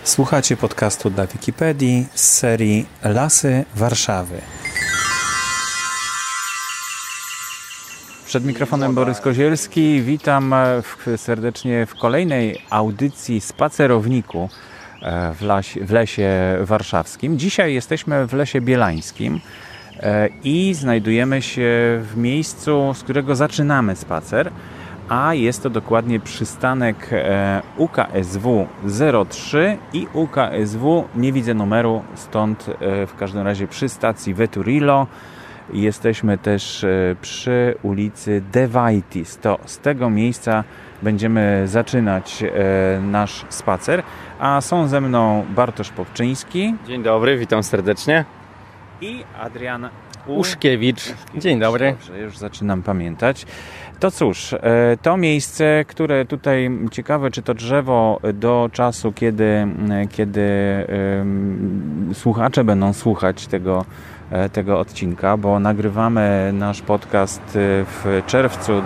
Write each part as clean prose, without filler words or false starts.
Słuchacie podcastu dla Wikipedii z serii Lasy Warszawy. Przed mikrofonem Borys Kozielski. Witam serdecznie w kolejnej audycji Spacerowniku w Lesie Warszawskim. Dzisiaj jesteśmy w Lesie Bielańskim i znajdujemy się w miejscu, z którego zaczynamy spacer, a jest to dokładnie przystanek UKSW 03 i UKSW, nie widzę numeru, stąd w każdym razie przy stacji Veturillo. Jesteśmy też przy ulicy De Vaitis. To z tego miejsca będziemy zaczynać nasz spacer, a są ze mną Bartosz Popczyński. Dzień dobry, witam serdecznie. I Adrian Uszkiewicz. Dzień dobry. Dobrze, już zaczynam pamiętać. To cóż, to miejsce, które tutaj ciekawe, czy to drzewo do czasu, kiedy słuchacze będą słuchać tego odcinka, bo nagrywamy nasz podcast w czerwcu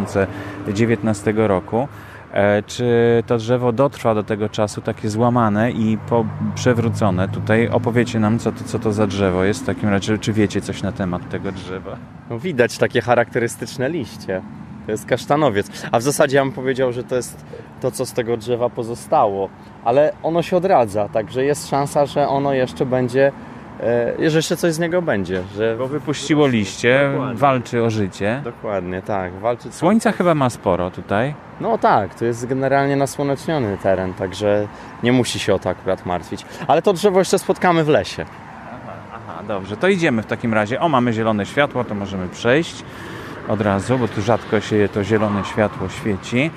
2019 roku. Czy to drzewo dotrwa do tego czasu takie złamane i przewrócone? Tutaj opowiecie nam, co to za drzewo jest w takim razie, czy wiecie coś na temat tego drzewa? No, widać takie charakterystyczne liście. To jest kasztanowiec. A w zasadzie ja bym powiedział, że to jest to, co z tego drzewa pozostało. Ale ono się odradza, także jest szansa, że ono jeszcze będzie, że jeszcze coś z niego będzie. Bo wypuściło liście, Dokładnie. Walczy o życie. Dokładnie, tak. Walczy. Słońca chyba ma sporo tutaj. No tak, to jest generalnie nasłoneczniony teren, także nie musi się o to akurat martwić. Ale to drzewo jeszcze spotkamy w lesie. Aha, dobrze, to idziemy w takim razie. O, mamy zielone światło, to możemy przejść od razu, bo tu rzadko się to zielone światło świeci.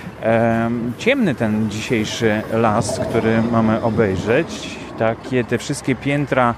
Ciemny ten dzisiejszy las, który mamy obejrzeć. Takie te wszystkie piętra,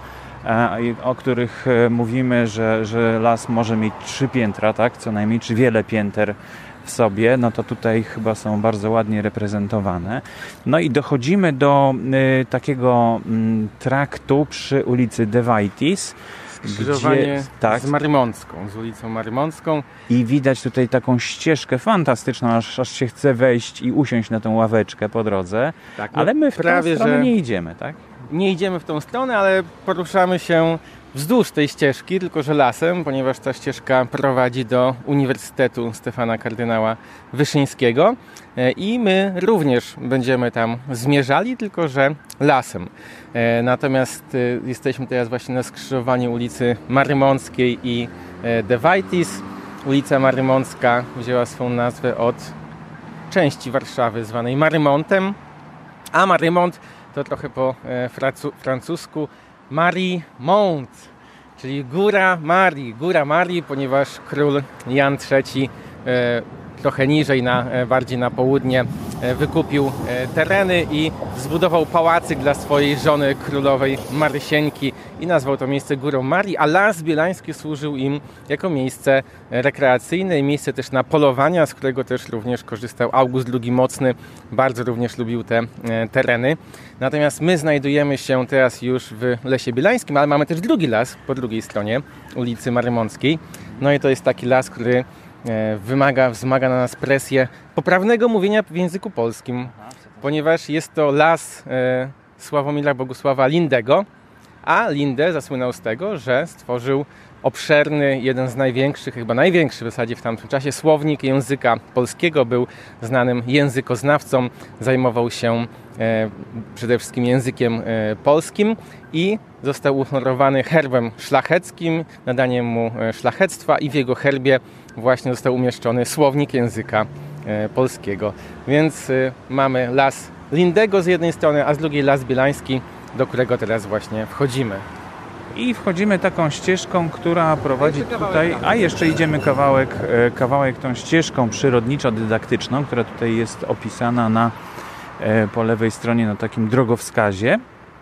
o których mówimy, że las może mieć 3 piętra, tak? Co najmniej, czy wiele pięter w sobie, no to tutaj chyba są bardzo ładnie reprezentowane. No i dochodzimy do takiego traktu przy ulicy De Vaitis, Skrzyżowanie z Marymącką, z ulicą Marymącką. I widać tutaj taką ścieżkę fantastyczną, aż się chce wejść i usiąść na tą ławeczkę po drodze. Tak, ale my w tą stronę nie idziemy, tak? Nie idziemy w tą stronę, ale poruszamy się wzdłuż tej ścieżki, tylko że lasem, ponieważ ta ścieżka prowadzi do Uniwersytetu Stefana Kardynała Wyszyńskiego i my również będziemy tam zmierzali, tylko że lasem. Natomiast jesteśmy teraz właśnie na skrzyżowaniu ulicy Marymąckiej i De Vaitis. Ulica Marymącka wzięła swą nazwę od części Warszawy zwanej Marymontem, a Marymont to trochę po francusku Marie Mont, czyli Góra Marii, ponieważ król Jan III trochę niżej, bardziej na południe wykupił tereny i zbudował pałacyk dla swojej żony królowej Marysieńki i nazwał to miejsce Górą Marii, a Las Bielański służył im jako miejsce rekreacyjne i miejsce też na polowania, z którego też również korzystał August II Mocny, bardzo również lubił te tereny. Natomiast my znajdujemy się teraz już w Lesie Bielańskim, ale mamy też drugi las po drugiej stronie ulicy Marymąckiej. No i to jest taki las, który wzmaga na nas presję poprawnego mówienia w języku polskim, ponieważ jest to las Sławomira Bogusława Lindego, a Linde zasłynął z tego, że stworzył obszerny, jeden z największych, chyba największy w zasadzie w tamtym czasie, słownik języka polskiego. Był znanym językoznawcą, zajmował się przede wszystkim językiem polskim i został uhonorowany herbem szlacheckim, nadaniem mu szlachectwa i w jego herbie właśnie został umieszczony słownik języka polskiego. Więc mamy las Lindego z jednej strony, a z drugiej Las Bielański, do którego teraz właśnie wchodzimy. I wchodzimy taką ścieżką, która prowadzi tutaj, a jeszcze idziemy kawałek tą ścieżką przyrodniczo-dydaktyczną, która tutaj jest opisana po lewej stronie na takim drogowskazie.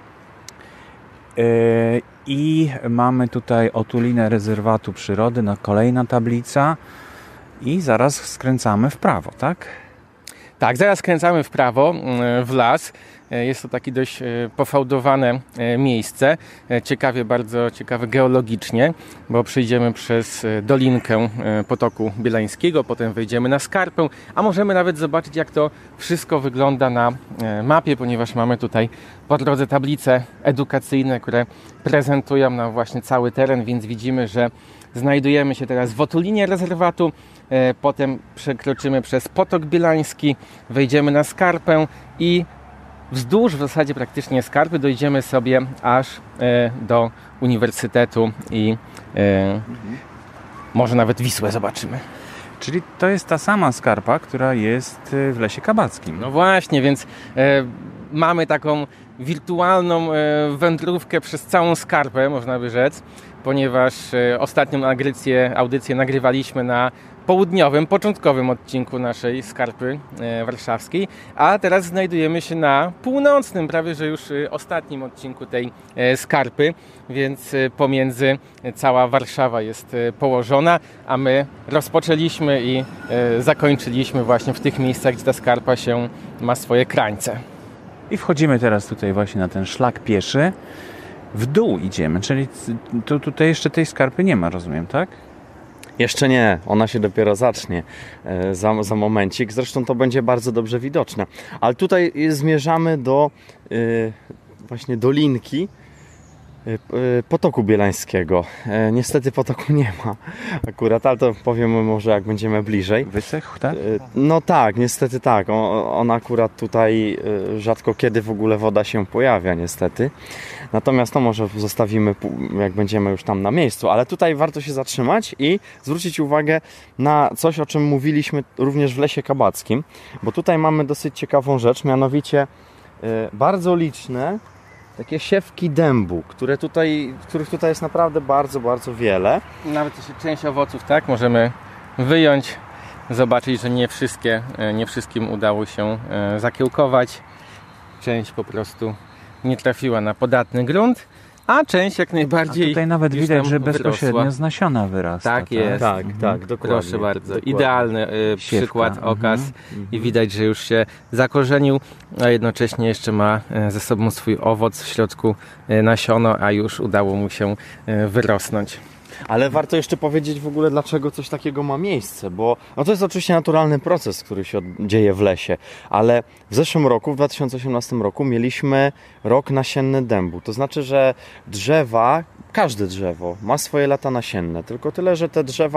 I mamy tutaj otulinę rezerwatu przyrody, kolejna tablica i zaraz skręcamy w prawo, tak? Tak, zaraz skręcamy w prawo w las. Jest to takie dość pofałdowane miejsce, bardzo ciekawe geologicznie, bo przejdziemy przez dolinkę Potoku Bielańskiego, potem wejdziemy na skarpę, a możemy nawet zobaczyć, jak to wszystko wygląda na mapie, ponieważ mamy tutaj po drodze tablice edukacyjne, które prezentują nam właśnie cały teren, więc widzimy, że znajdujemy się teraz w otulinie rezerwatu, potem przekroczymy przez Potok Bielański, wejdziemy na skarpę i wzdłuż w zasadzie praktycznie skarpy dojdziemy sobie aż do uniwersytetu i może nawet Wisłę zobaczymy. Czyli to jest ta sama skarpa, która jest w Lesie Kabackim. No właśnie, więc mamy taką wirtualną wędrówkę przez całą skarpę, można by rzec, ponieważ ostatnią audycję nagrywaliśmy na początkowym odcinku naszej skarpy warszawskiej, a teraz znajdujemy się na północnym, prawie że już ostatnim odcinku tej skarpy, więc pomiędzy cała Warszawa jest położona, a my rozpoczęliśmy i zakończyliśmy właśnie w tych miejscach, gdzie ta skarpa ma swoje krańce. I wchodzimy teraz tutaj właśnie na ten szlak pieszy. W dół idziemy, czyli tutaj jeszcze tej skarpy nie ma, rozumiem, tak? Jeszcze nie, ona się dopiero zacznie za momencik, zresztą to będzie bardzo dobrze widoczne. Ale tutaj zmierzamy do właśnie dolinki Potoku Bielańskiego. Niestety potoku nie ma akurat, ale to powiemy może jak będziemy bliżej. Wysechł, tak? No tak, niestety tak. On akurat tutaj rzadko kiedy w ogóle woda się pojawia niestety. Natomiast to może zostawimy jak będziemy już tam na miejscu. Ale tutaj warto się zatrzymać i zwrócić uwagę na coś, o czym mówiliśmy również w Lesie Kabackim. Bo tutaj mamy dosyć ciekawą rzecz, mianowicie bardzo liczne takie siewki dębu, których tutaj jest naprawdę bardzo, bardzo wiele. Nawet część owoców, tak, możemy wyjąć, zobaczyć, że nie wszystkim udało się zakiełkować. Część po prostu nie trafiła na podatny grunt, a część jak najbardziej. A tutaj nawet widać, że wyrosła. bezpośrednio z nasiona wyrasta. Tak jest. Tak, dokładnie. Proszę bardzo. Dokładnie. Idealny przykład, okaz. I widać, że już się zakorzenił, a jednocześnie jeszcze ma ze sobą swój owoc, w środku nasiono, a już udało mu się wyrosnąć. Ale warto jeszcze powiedzieć w ogóle, dlaczego coś takiego ma miejsce, bo no to jest oczywiście naturalny proces, który się dzieje w lesie, ale w zeszłym roku, w 2018 roku mieliśmy rok nasienny dębu. To znaczy, że każde drzewo ma swoje lata nasienne, tylko tyle, że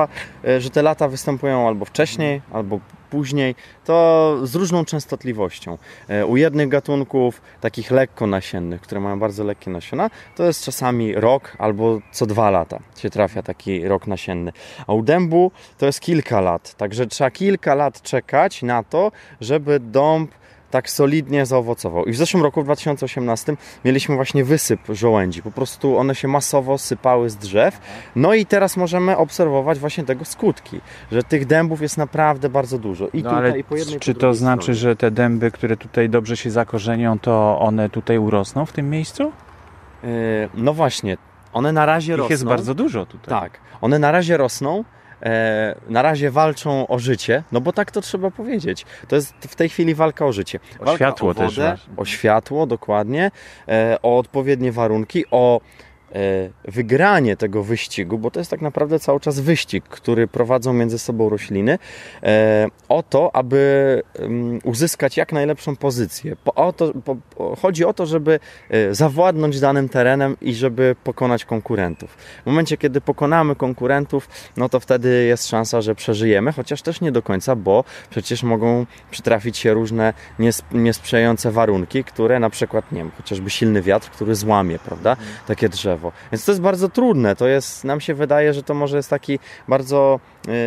te lata występują albo wcześniej, albo później, to z różną częstotliwością. U jednych gatunków, takich lekko nasiennych, które mają bardzo lekkie nasiona, to jest czasami rok albo co 2 lata się trafia taki rok nasienny. A u dębu to jest kilka lat, także trzeba kilka lat czekać na to, żeby dąb tak solidnie zaowocował. I w zeszłym roku, w 2018, mieliśmy właśnie wysyp żołędzi. Po prostu one się masowo sypały z drzew. No i teraz możemy obserwować właśnie tego skutki, że tych dębów jest naprawdę bardzo dużo. I tutaj, ale i po jednej, czy to znaczy, stronie. że te dęby, które tutaj dobrze się zakorzenią, to one tutaj urosną w tym miejscu? No właśnie, one na razie Ich rosną. jest bardzo dużo tutaj. Tak, one na razie rosną. Na razie walczą o życie, no bo tak to trzeba powiedzieć. To jest w tej chwili walka o życie. O Walka światło o wodę, też ważne. o światło, dokładnie, o odpowiednie warunki, o wygranie tego wyścigu, bo to jest tak naprawdę cały czas wyścig, który prowadzą między sobą rośliny, o to, aby uzyskać jak najlepszą pozycję. Chodzi o to, żeby zawładnąć danym terenem i żeby pokonać konkurentów. W momencie, kiedy pokonamy konkurentów, no to wtedy jest szansa, że przeżyjemy, chociaż też nie do końca, bo przecież mogą przytrafić się różne niesprzyjające warunki, które na przykład, nie wiem, chociażby silny wiatr, który złamie, prawda, takie drzewo. Więc to jest bardzo trudne. Nam się wydaje, że to może jest taki bardzo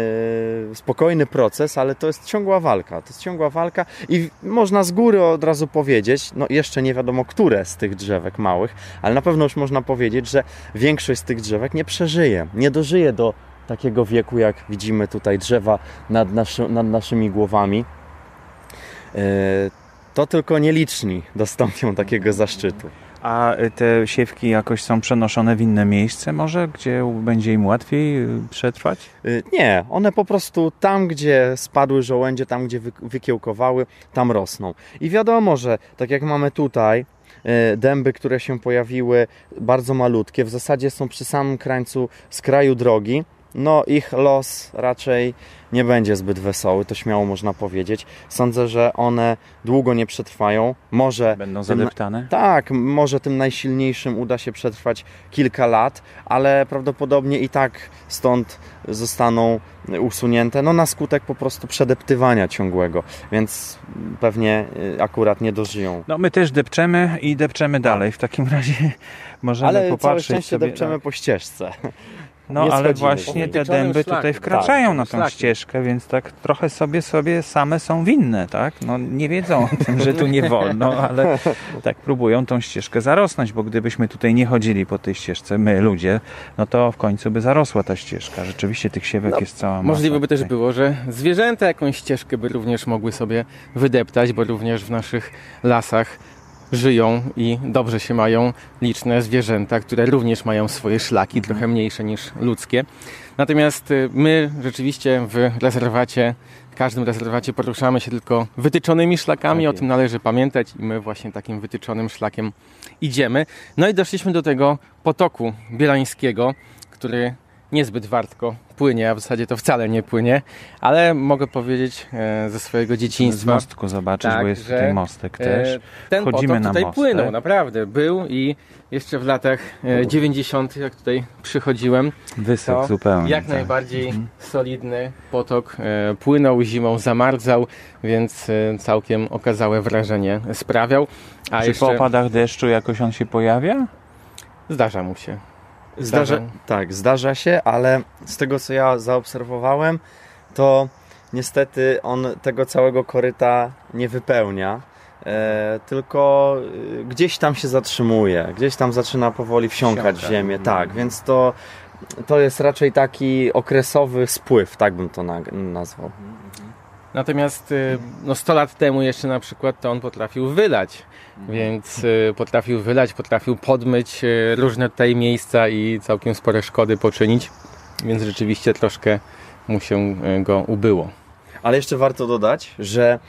spokojny proces, ale to jest ciągła walka. To jest ciągła walka i można z góry od razu powiedzieć, no jeszcze nie wiadomo, które z tych drzewek małych, ale na pewno już można powiedzieć, że większość z tych drzewek nie przeżyje, nie dożyje do takiego wieku, jak widzimy tutaj drzewa nad naszymi głowami. To tylko nieliczni dostąpią takiego zaszczytu. A te siewki jakoś są przenoszone w inne miejsce może, gdzie będzie im łatwiej przetrwać? Nie, one po prostu tam, gdzie spadły żołędzie, tam, gdzie wykiełkowały, tam rosną. I wiadomo, że tak jak mamy tutaj dęby, które się pojawiły, bardzo malutkie, w zasadzie są przy samym krańcu, skraju drogi, no ich los raczej nie będzie zbyt wesoły, to śmiało można powiedzieć. Sądzę, że one długo nie przetrwają. Może będą zadeptane? Tak, może tym najsilniejszym uda się przetrwać kilka lat, ale prawdopodobnie i tak stąd zostaną usunięte, no na skutek po prostu przedeptywania ciągłego, więc pewnie akurat nie dożyją. No my też depczemy i depczemy dalej. W takim razie możemy ale popatrzeć całe szczęście sobie. depczemy po ścieżce. No nie ale schodzimy. właśnie te Wytyczonym dęby szlakiem. tutaj wkraczają Tak, na tą szlakiem. ścieżkę, więc tak trochę sobie same są winne, tak? No nie wiedzą o tym, że tu nie wolno, ale tak próbują tą ścieżkę zarosnąć, bo gdybyśmy tutaj nie chodzili po tej ścieżce, my ludzie, no to w końcu by zarosła ta ścieżka. Rzeczywiście tych siewek jest cała masa. Możliwe by też tutaj. było, że zwierzęta jakąś ścieżkę by również mogły sobie wydeptać, bo również w naszych lasach żyją i dobrze się mają liczne zwierzęta, które również mają swoje szlaki, trochę mniejsze niż ludzkie. Natomiast my rzeczywiście w rezerwacie, w każdym rezerwacie poruszamy się tylko wytyczonymi szlakami, Tak o tym należy pamiętać i my właśnie takim wytyczonym szlakiem idziemy. No i doszliśmy do tego potoku bielańskiego, który niezbyt wartko płynie, a w zasadzie to wcale nie płynie, ale mogę powiedzieć ze swojego Z dzieciństwa. mostku zobaczysz, Tak, bo jest że, tutaj mostek też. Ten Wchodzimy potok na tutaj mostek. płynął, naprawdę był i jeszcze w latach 90., jak tutaj przychodziłem, Wysok to zupełnie. jak tak. najbardziej solidny potok płynął, zimą zamarzał, więc całkiem okazałe wrażenie sprawiał. A Przy jeszcze opadach deszczu jakoś on się pojawia? zdarza mu się. Zdarza się, ale z tego co ja zaobserwowałem, to niestety on tego całego koryta nie wypełnia, tylko gdzieś tam się zatrzymuje, gdzieś tam zaczyna powoli wsiąkać w Wsiąka. ziemię, tak, więc to jest raczej taki okresowy spływ, tak bym to nazwał. Natomiast 100 lat temu jeszcze na przykład to on potrafił wylać, więc potrafił podmyć różne tutaj miejsca i całkiem spore szkody poczynić, więc rzeczywiście troszkę mu się go ubyło. Ale jeszcze warto dodać, że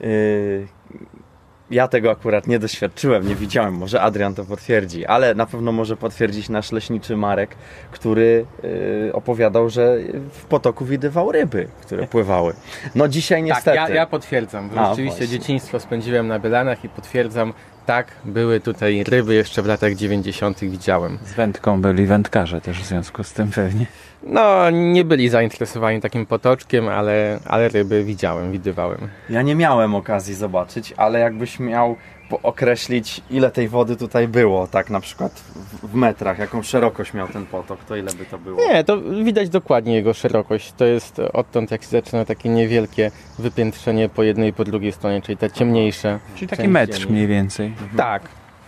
ja tego akurat nie doświadczyłem, nie widziałem, może Adrian to potwierdzi, ale na pewno może potwierdzić nasz leśniczy Marek, który opowiadał, że w potoku widywał ryby, które pływały. No dzisiaj niestety... Tak, ja potwierdzam, bo rzeczywiście właśnie. dzieciństwo spędziłem na Bielanach i potwierdzam, tak, były tutaj ryby, jeszcze w latach 90. widziałem. Z wędką byli wędkarze też w związku z tym pewnie. No, nie byli zainteresowani takim potoczkiem, ale ryby widywałem. Ja nie miałem okazji zobaczyć, ale jakbyś miał określić, ile tej wody tutaj było, tak na przykład w metrach, jaką szerokość miał ten potok, to ile by to było? Nie, to widać dokładnie jego szerokość. To jest odtąd, jak się zaczyna takie niewielkie wypiętrzenie po jednej i po drugiej stronie, czyli te ciemniejsze. Czyli taki część metr ziemi. mniej więcej. Tak.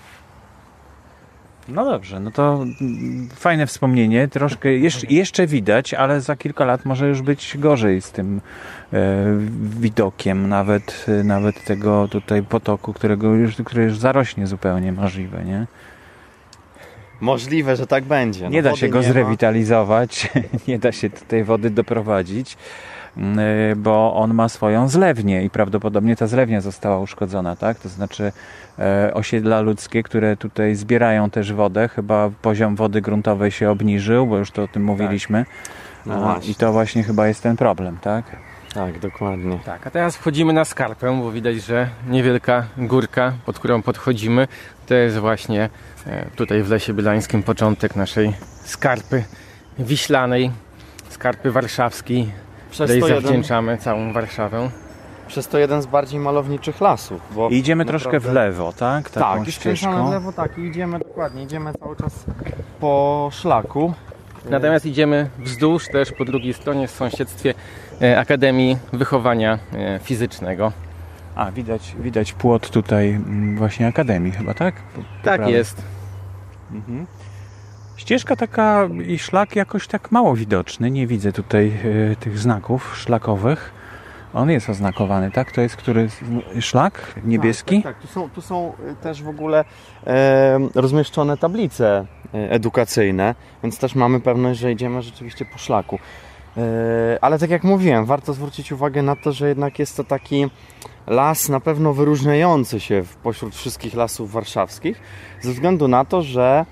No dobrze, no to fajne wspomnienie. Troszkę jeszcze widać, ale za kilka lat może już być gorzej z tym widokiem nawet tego tutaj potoku, który już zarośnie zupełnie możliwe, nie? Możliwe, że tak będzie. Nie da wody się go nie ma. zrewitalizować, nie da się tej wody doprowadzić, bo on ma swoją zlewnię i prawdopodobnie ta zlewnia została uszkodzona, tak? To znaczy osiedla ludzkie, które tutaj zbierają też wodę, chyba poziom wody gruntowej się obniżył, bo już to o tym mówiliśmy. No właśnie. I to właśnie chyba jest ten problem, tak? Tak, dokładnie. Tak, a teraz wchodzimy na skarpę, bo widać, że niewielka górka, pod którą podchodzimy, to jest właśnie tutaj w Lesie Bielańskim początek naszej skarpy wiślanej, skarpy warszawskiej, której zawdzięczamy całą Warszawę. Przez to jeden z bardziej malowniczych lasów. Bo I idziemy naprawdę... troszkę w lewo, tak? Taką Tak, i skręcamy w lewo, tak, i idziemy dokładnie, idziemy cały czas po szlaku. Natomiast idziemy wzdłuż też po drugiej stronie w sąsiedztwie Akademii Wychowania Fizycznego. A, widać płot tutaj właśnie Akademii chyba, tak? Po Tak prawej. jest. Mhm. Ścieżka taka i szlak jakoś tak mało widoczny. Nie widzę tutaj tych znaków szlakowych. On jest oznakowany, tak? To jest który szlak niebieski? Tak. Tu są też w ogóle rozmieszczone tablice edukacyjne, więc też mamy pewność, że idziemy rzeczywiście po szlaku. Ale tak jak mówiłem, warto zwrócić uwagę na to, że jednak jest to taki las na pewno wyróżniający się pośród wszystkich lasów warszawskich, ze względu na to, że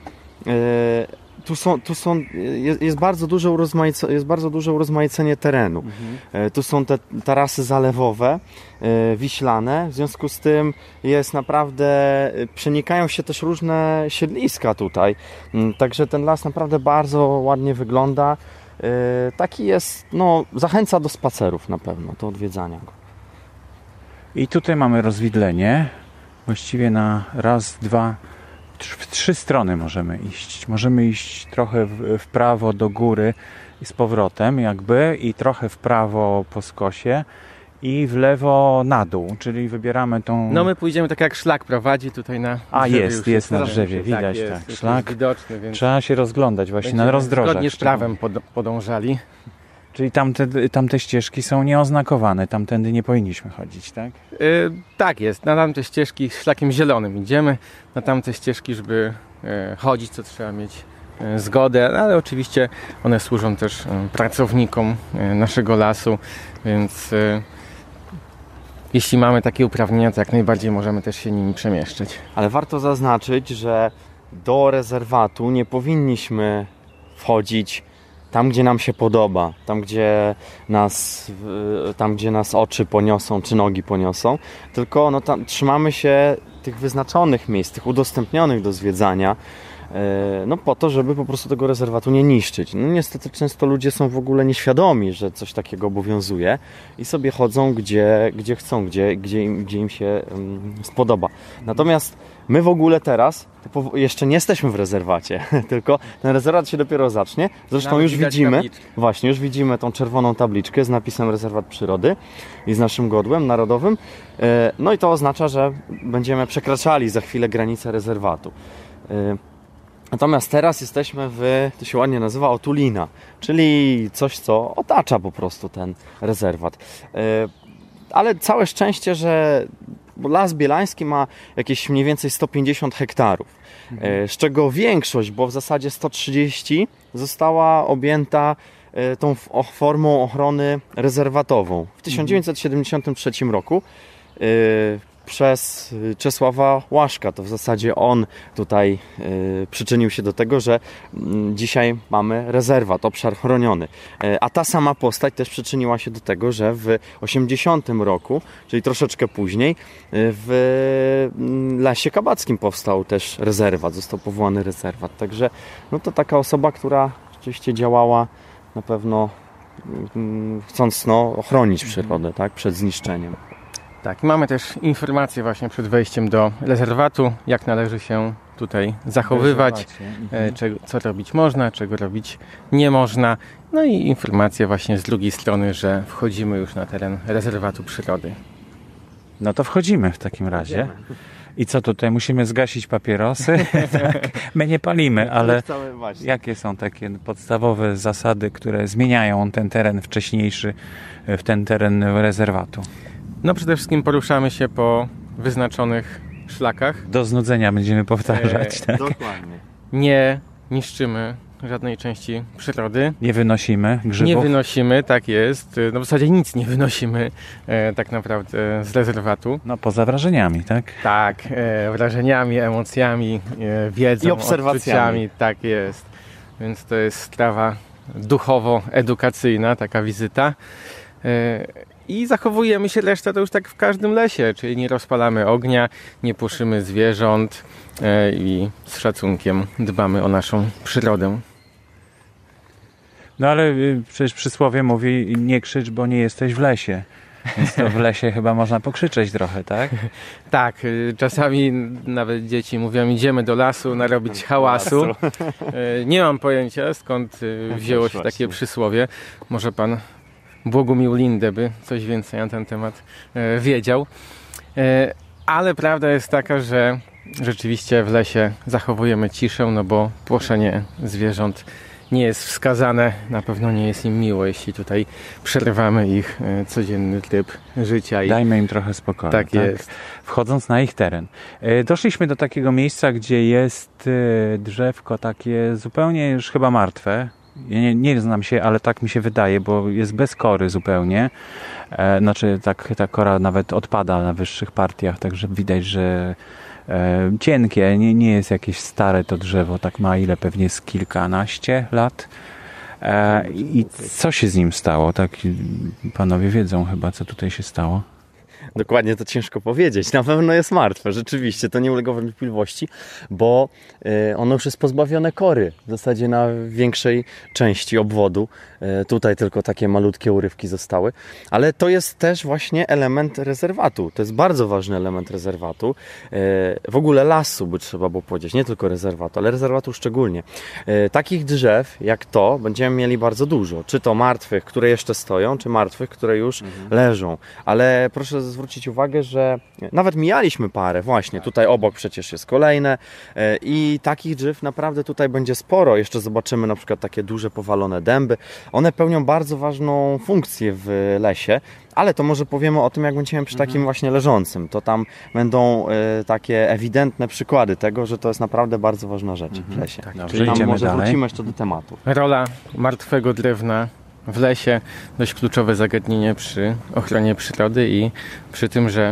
jest bardzo duże urozmaicenie terenu. Tu są te tarasy zalewowe, wiślane, w związku z tym jest naprawdę, przenikają się też różne siedliska tutaj, także ten las naprawdę bardzo ładnie wygląda. Taki jest, zachęca do spacerów na pewno, do odwiedzania go. I tutaj mamy rozwidlenie, właściwie na raz, dwa, w 3 strony możemy iść. Możemy iść trochę w prawo do góry i z powrotem jakby, i trochę w prawo po skosie i w lewo na dół, czyli wybieramy tą... No my pójdziemy tak jak szlak prowadzi tutaj na drzewie. Jest na drzewie, widać tak. Szlak, jest widoczny, więc trzeba się rozglądać właśnie na rozdrożach. Zgodnie z prawem podążali. Czyli tamte ścieżki są nieoznakowane, tamtędy nie powinniśmy chodzić, tak? Tak jest, na tamte ścieżki szlakiem zielonym idziemy, na tamte ścieżki, żeby chodzić, to trzeba mieć zgodę, ale oczywiście one służą też pracownikom naszego lasu, więc jeśli mamy takie uprawnienia, to jak najbardziej możemy też się nimi przemieszczać. Ale warto zaznaczyć, że do rezerwatu nie powinniśmy wchodzić tam, gdzie nam się podoba, tam, gdzie nas oczy poniosą, czy nogi poniosą, tylko tam trzymamy się tych wyznaczonych miejsc, tych udostępnionych do zwiedzania, po to, żeby po prostu tego rezerwatu nie niszczyć. Niestety często ludzie są w ogóle nieświadomi, że coś takiego obowiązuje i sobie chodzą gdzie chcą, gdzie im się spodoba. Natomiast my w ogóle teraz jeszcze nie jesteśmy w rezerwacie, tylko ten rezerwat się dopiero zacznie. Zresztą nawet już widzimy, tabliczkę. właśnie, już widzimy tą czerwoną tabliczkę z napisem Rezerwat Przyrody i z naszym godłem narodowym. No i to oznacza, że będziemy przekraczali za chwilę granicę rezerwatu. Natomiast teraz jesteśmy to się ładnie nazywa otulina, czyli coś, co otacza po prostu ten rezerwat. Ale całe szczęście, że Las Bielański ma jakieś mniej więcej 150 hektarów, z czego większość, bo w zasadzie 130, została objęta tą formą ochrony rezerwatową. W 1973 roku przez Czesława Łaszka. To w zasadzie on tutaj przyczynił się do tego, że dzisiaj mamy rezerwat, obszar chroniony. A ta sama postać też przyczyniła się do tego, że w 80 roku, czyli troszeczkę później, w Lesie Kabackim powstał też rezerwat, został powołany rezerwat. Także to taka osoba, która rzeczywiście działała na pewno chcąc ochronić przyrodę, tak, przed zniszczeniem. Tak, mamy też informacje właśnie przed wejściem do rezerwatu, jak należy się tutaj zachowywać, co robić można, czego robić nie można. No i informacje właśnie z drugiej strony, że wchodzimy już na teren rezerwatu przyrody. No to wchodzimy w takim razie. I co tutaj? Musimy zgasić papierosy? Tak, my nie palimy, ale jakie są takie podstawowe zasady, które zmieniają ten teren wcześniejszy w ten teren rezerwatu? No przede wszystkim poruszamy się po wyznaczonych szlakach. Do znudzenia będziemy powtarzać. Tak? Dokładnie. Nie niszczymy żadnej części przyrody. Nie wynosimy grzybów. Nie wynosimy, tak jest. No w zasadzie nic nie wynosimy tak naprawdę z rezerwatu. No poza wrażeniami, tak? Tak, wrażeniami, emocjami, wiedzą, i obserwacjami. Odczuciami. Tak jest. Więc to jest sprawa duchowo-edukacyjna, taka wizyta. I zachowujemy się resztę to już tak w każdym lesie, czyli nie rozpalamy ognia, nie puszymy zwierząt i z szacunkiem dbamy o naszą przyrodę. No ale przecież przysłowie mówi nie krzycz, bo nie jesteś w lesie. Więc to w lesie chyba można pokrzyczeć trochę, tak? Tak, czasami nawet dzieci mówią, idziemy do lasu narobić hałasu. Nie mam pojęcia, skąd wzięło się takie przysłowie. Może pan Bogumił Lindę by coś więcej na ten temat wiedział. Ale prawda jest taka, że rzeczywiście w lesie zachowujemy ciszę, no bo płoszenie zwierząt nie jest wskazane, na pewno nie jest im miło, jeśli tutaj przerywamy ich codzienny tryb życia. Dajmy im trochę spokoju. Tak jest. Wchodząc na ich teren. Doszliśmy do takiego miejsca, gdzie jest drzewko takie zupełnie już chyba martwe. Ja nie znam się, ale tak mi się wydaje, bo jest bez kory zupełnie. Znaczy ta kora nawet odpada na wyższych partiach, także widać, że cienkie, nie jest jakieś stare to drzewo, tak ma ile pewnie z kilkanaście lat. I co się z nim stało? Tak, panowie wiedzą chyba, co tutaj się stało. Dokładnie to ciężko powiedzieć. Na pewno jest martwe, rzeczywiście, to nie ulega wątpliwości, bo ono już jest pozbawione kory w zasadzie na większej części obwodu. Tutaj tylko takie malutkie urywki zostały, ale to jest też właśnie element rezerwatu. To jest bardzo ważny element rezerwatu. W ogóle lasu by trzeba było powiedzieć, nie tylko rezerwatu, ale rezerwatu szczególnie. Takich drzew jak to będziemy mieli bardzo dużo. Czy to martwych, które jeszcze stoją, czy martwych, które już leżą. Ale proszę zwrócić uwagę, że nawet mijaliśmy parę, właśnie tutaj obok przecież jest kolejne i takich drzew naprawdę tutaj będzie sporo. Jeszcze zobaczymy na przykład takie duże powalone dęby. One pełnią bardzo ważną funkcję w lesie, ale to może powiemy o tym, jak będziemy przy takim właśnie leżącym. To tam będą takie ewidentne przykłady tego, że to jest naprawdę bardzo ważna rzecz w lesie. Tak, Czyli tam może dalej. wrócimy jeszcze do tematu. Rola martwego drewna w lesie, dość kluczowe zagadnienie przy ochronie przyrody i przy tym, że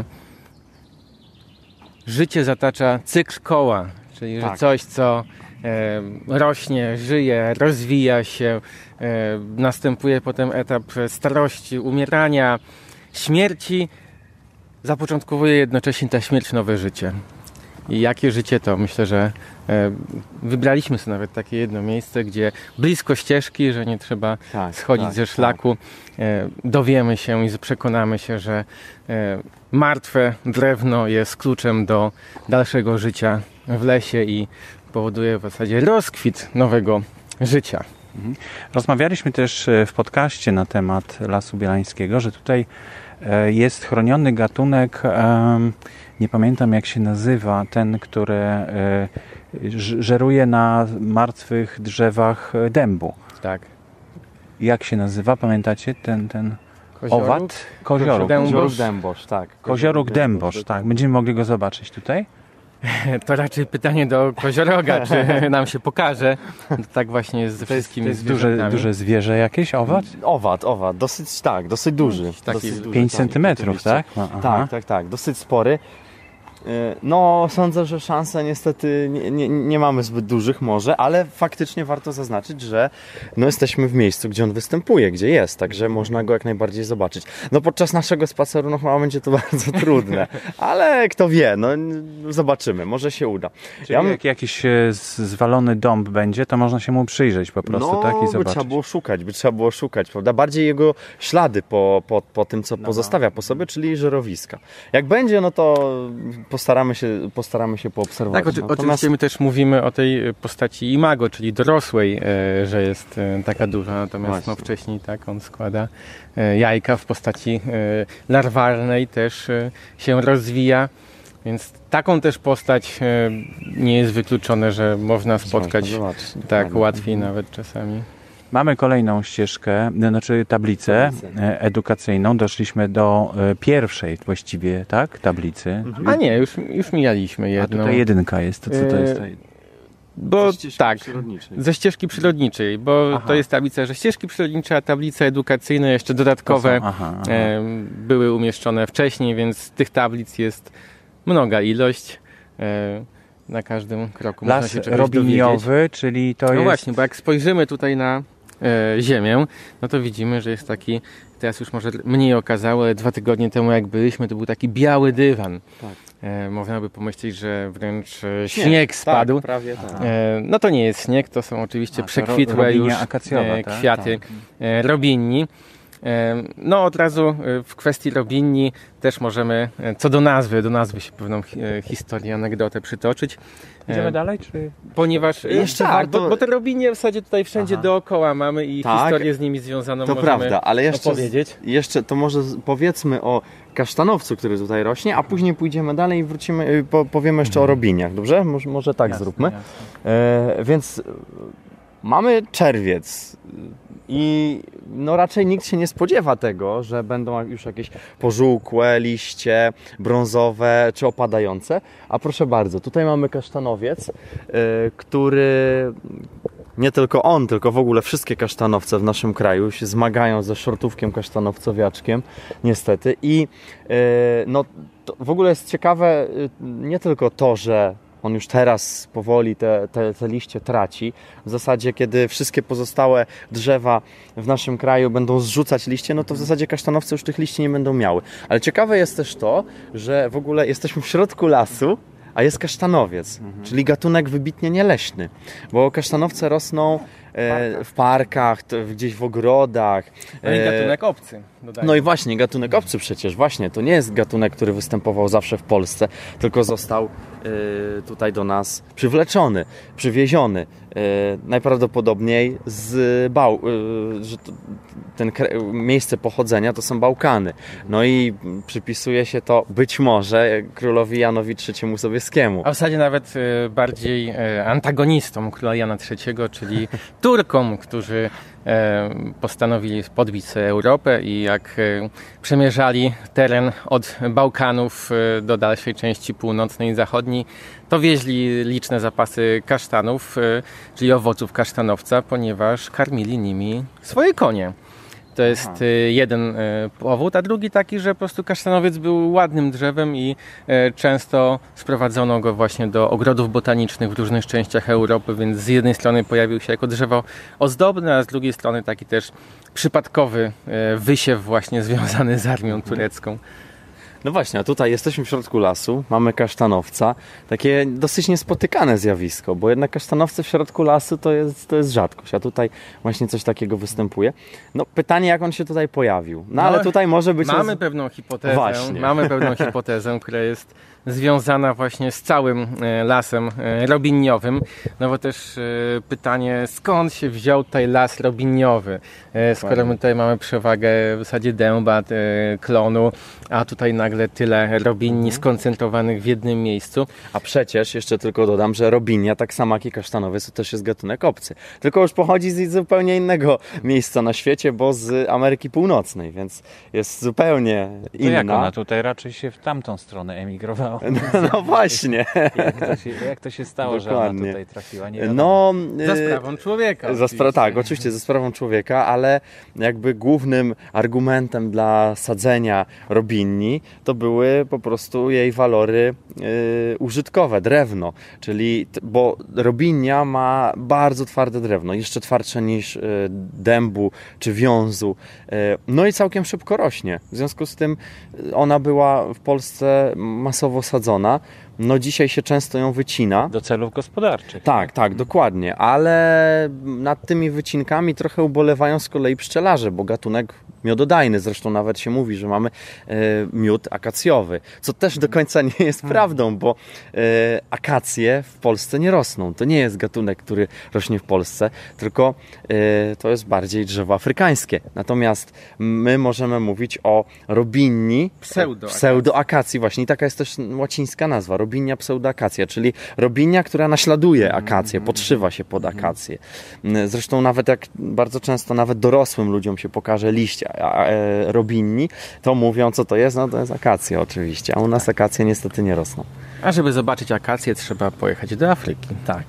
życie zatacza cykl koła, czyli że coś, co rośnie, żyje, rozwija się, następuje potem etap starości, umierania, śmierci, zapoczątkowuje jednocześnie ta śmierć nowe życie. I jakie życie to? Myślę, że wybraliśmy sobie nawet takie jedno miejsce, gdzie blisko ścieżki, że nie trzeba schodzić ze szlaku. Dowiemy się i przekonamy się, że martwe drewno jest kluczem do dalszego życia w lesie i powoduje w zasadzie rozkwit nowego życia. Rozmawialiśmy też w podcaście na temat Lasu Bielańskiego, że tutaj jest chroniony gatunek, nie pamiętam jak się nazywa, ten, który żeruje na martwych drzewach dębu. Tak. Jak się nazywa? Pamiętacie ten owad? Kozioruk. Kozioruk dębosz, tak. Kozioruk dębosz, tak. Będziemy mogli go zobaczyć tutaj? To raczej pytanie do kozioroga, czy nam się pokaże. Tak właśnie jest ze wszystkimi To jest zwierzętami. duże zwierzę jakieś? Owad? Owad, dosyć duży. Taki Dosyć duży, 5 tak, centymetrów, rzeczywiście. tak? Tak, dosyć spory. No, sądzę, że szanse niestety nie mamy zbyt dużych może, ale faktycznie warto zaznaczyć, że no, jesteśmy w miejscu, gdzie on występuje, gdzie jest, także można go jak najbardziej zobaczyć. No podczas naszego spaceru no chyba będzie to bardzo trudne, ale kto wie, no zobaczymy, może się uda. Czyli jak jakiś zwalony dąb będzie, to można się mu przyjrzeć po prostu, tak? I zobaczyć. by trzeba było szukać, prawda? Bardziej jego ślady po tym, co pozostawia po sobie, czyli żerowiska. Jak będzie, no to postaramy się poobserwować. Tak, oczywiście my też mówimy o tej postaci imago, czyli dorosłej, że jest taka duża, natomiast no, wcześniej tak on składa jajka w postaci larwalnej, też się rozwija, więc taką też postać nie jest wykluczone, że można spotkać tak łatwiej nawet czasami. Mamy kolejną ścieżkę, znaczy tablicę edukacyjną. Doszliśmy do pierwszej właściwie, tak? Tablicy. A nie, już mijaliśmy jedną. A tutaj jedynka jest. To co to jest? Bo tak, ze ścieżki przyrodniczej, bo to jest tablica, że ścieżki przyrodnicze, a tablice edukacyjne jeszcze dodatkowe były umieszczone wcześniej, więc tych tablic jest mnoga ilość. Na każdym kroku Las można się czegoś robiniowy, dowiedzieć. czyli to no jest... właśnie, bo jak spojrzymy tutaj na ziemię, no to widzimy, że jest taki, teraz już może mniej okazało, ale 2 tygodnie temu jak byliśmy, to był taki biały dywan. Tak. Można by pomyśleć, że wręcz śnieg spadł. Tak, prawie tak. No to nie jest śnieg, to są oczywiście przekwitłe już kwiaty robinni. No od razu w kwestii robinni też możemy co do nazwy się pewną historię, anegdotę przytoczyć. Idziemy dalej? Czy... Ponieważ jeszcze tak, warto... bo te robinie w zasadzie tutaj wszędzie dookoła mamy i historię z nimi związaną to możemy prawda, ale jeszcze to może powiedzmy o kasztanowcu, który tutaj rośnie, a później pójdziemy dalej i wrócimy, powiemy jeszcze o robiniach, dobrze? Może tak zróbmy. Więc Mamy czerwiec i no raczej nikt się nie spodziewa tego, że będą już jakieś pożółkłe liście, brązowe czy opadające. A proszę bardzo, tutaj mamy kasztanowiec, który... Nie tylko on, tylko w ogóle wszystkie kasztanowce w naszym kraju się zmagają ze szortówkiem kasztanowcowiaczkiem, niestety. I no, w ogóle jest ciekawe nie tylko to, że on już teraz powoli te liście traci. W zasadzie, kiedy wszystkie pozostałe drzewa w naszym kraju będą zrzucać liście, no to w zasadzie kasztanowce już tych liści nie będą miały. Ale ciekawe jest też to, że w ogóle jesteśmy w środku lasu, a jest kasztanowiec, czyli gatunek wybitnie nieleśny, bo kasztanowce rosną w parkach, gdzieś w ogrodach. No i gatunek obcy, dodajmy. No i właśnie, gatunek obcy przecież, właśnie, to nie jest gatunek, który występował zawsze w Polsce, tylko został tutaj do nas przywleczony, przywieziony. Najprawdopodobniej z miejsce pochodzenia to są Bałkany. No i przypisuje się to być może królowi Janowi III Sobieskiemu. A w zasadzie nawet bardziej antagonistom króla Jana III, czyli Turkom, którzy postanowili podbić sobie Europę i jak przemierzali teren od Bałkanów do dalszej części północnej i zachodniej, to wieźli liczne zapasy kasztanów, czyli owoców kasztanowca, ponieważ karmili nimi swoje konie. To jest jeden powód, a drugi taki, że po prostu kasztanowiec był ładnym drzewem i często sprowadzono go właśnie do ogrodów botanicznych w różnych częściach Europy, więc z jednej strony pojawił się jako drzewo ozdobne, a z drugiej strony taki też przypadkowy wysiew właśnie związany z armią turecką. No właśnie, a tutaj jesteśmy w środku lasu, mamy kasztanowca, takie dosyć niespotykane zjawisko, bo jednak kasztanowce w środku lasu to jest rzadkość, a tutaj właśnie coś takiego występuje. No pytanie, jak on się tutaj pojawił, no ale tutaj może być... Mamy pewną hipotezę, Właśnie. mamy pewną hipotezę, która jest związana właśnie z całym lasem robiniowym, no bo też pytanie, skąd się wziął tutaj las robiniowy, skoro my tutaj mamy przewagę w zasadzie dęba, klonu, a tutaj nagle tyle robinni skoncentrowanych w jednym miejscu. A przecież, jeszcze tylko dodam, że robinia, tak samo jak i kasztanowiec, to też jest gatunek obcy. Tylko już pochodzi z zupełnie innego miejsca na świecie, bo z Ameryki Północnej, więc jest zupełnie inna. To jak ona tutaj raczej się w tamtą stronę emigrowała? No właśnie. Jak to się stało, że ona tutaj trafiła? Nie wiadomo. No, Za sprawą człowieka. tak, oczywiście za sprawą człowieka, ale jakby głównym argumentem dla sadzenia robinni to były po prostu jej walory użytkowe, drewno, czyli, bo robinia ma bardzo twarde drewno, jeszcze twardsze niż dębu czy wiązu, no i całkiem szybko rośnie. W związku z tym ona była w Polsce masowo sadzona. No dzisiaj się często ją wycina. Do celów gospodarczych. Tak, dokładnie, ale nad tymi wycinkami trochę ubolewają z kolei pszczelarze, bo gatunek miododajny, zresztą nawet się mówi, że mamy miód akacjowy, co też do końca nie jest prawdą, bo akacje w Polsce nie rosną. To nie jest gatunek, który rośnie w Polsce, tylko to jest bardziej drzewo afrykańskie. Natomiast my możemy mówić o robinni pseudoakacji. Właśnie i taka jest też łacińska nazwa, robinia pseudoakacja, czyli robinia, która naśladuje akację, podszywa się pod akację. Zresztą nawet jak bardzo często nawet dorosłym ludziom się pokaże liść robinni, to mówią, co to jest? No to jest akacja oczywiście, a u nas akacje niestety nie rosną. A żeby zobaczyć akacje, trzeba pojechać do Afryki. Tak.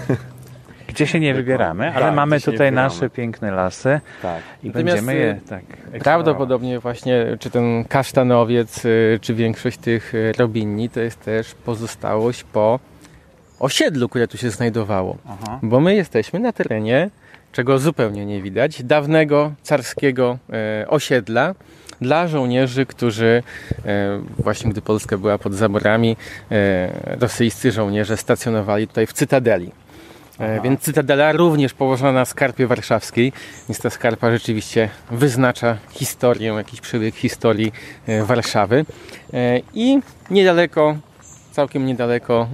Gdzie się nie wybieramy, ale mamy tutaj nasze piękne lasy i będziemy je prawdopodobnie właśnie, czy ten kasztanowiec, czy większość tych robinni, to jest też pozostałość po osiedlu, które tu się znajdowało. Bo my jesteśmy na terenie, czego zupełnie nie widać, dawnego carskiego osiedla dla żołnierzy, którzy właśnie gdy Polska była pod zaborami, rosyjscy żołnierze stacjonowali tutaj w Cytadeli. Więc Cytadela również położona na skarpie warszawskiej, więc ta skarpa rzeczywiście wyznacza historię, jakiś przebieg historii Warszawy. I niedaleko, całkiem niedaleko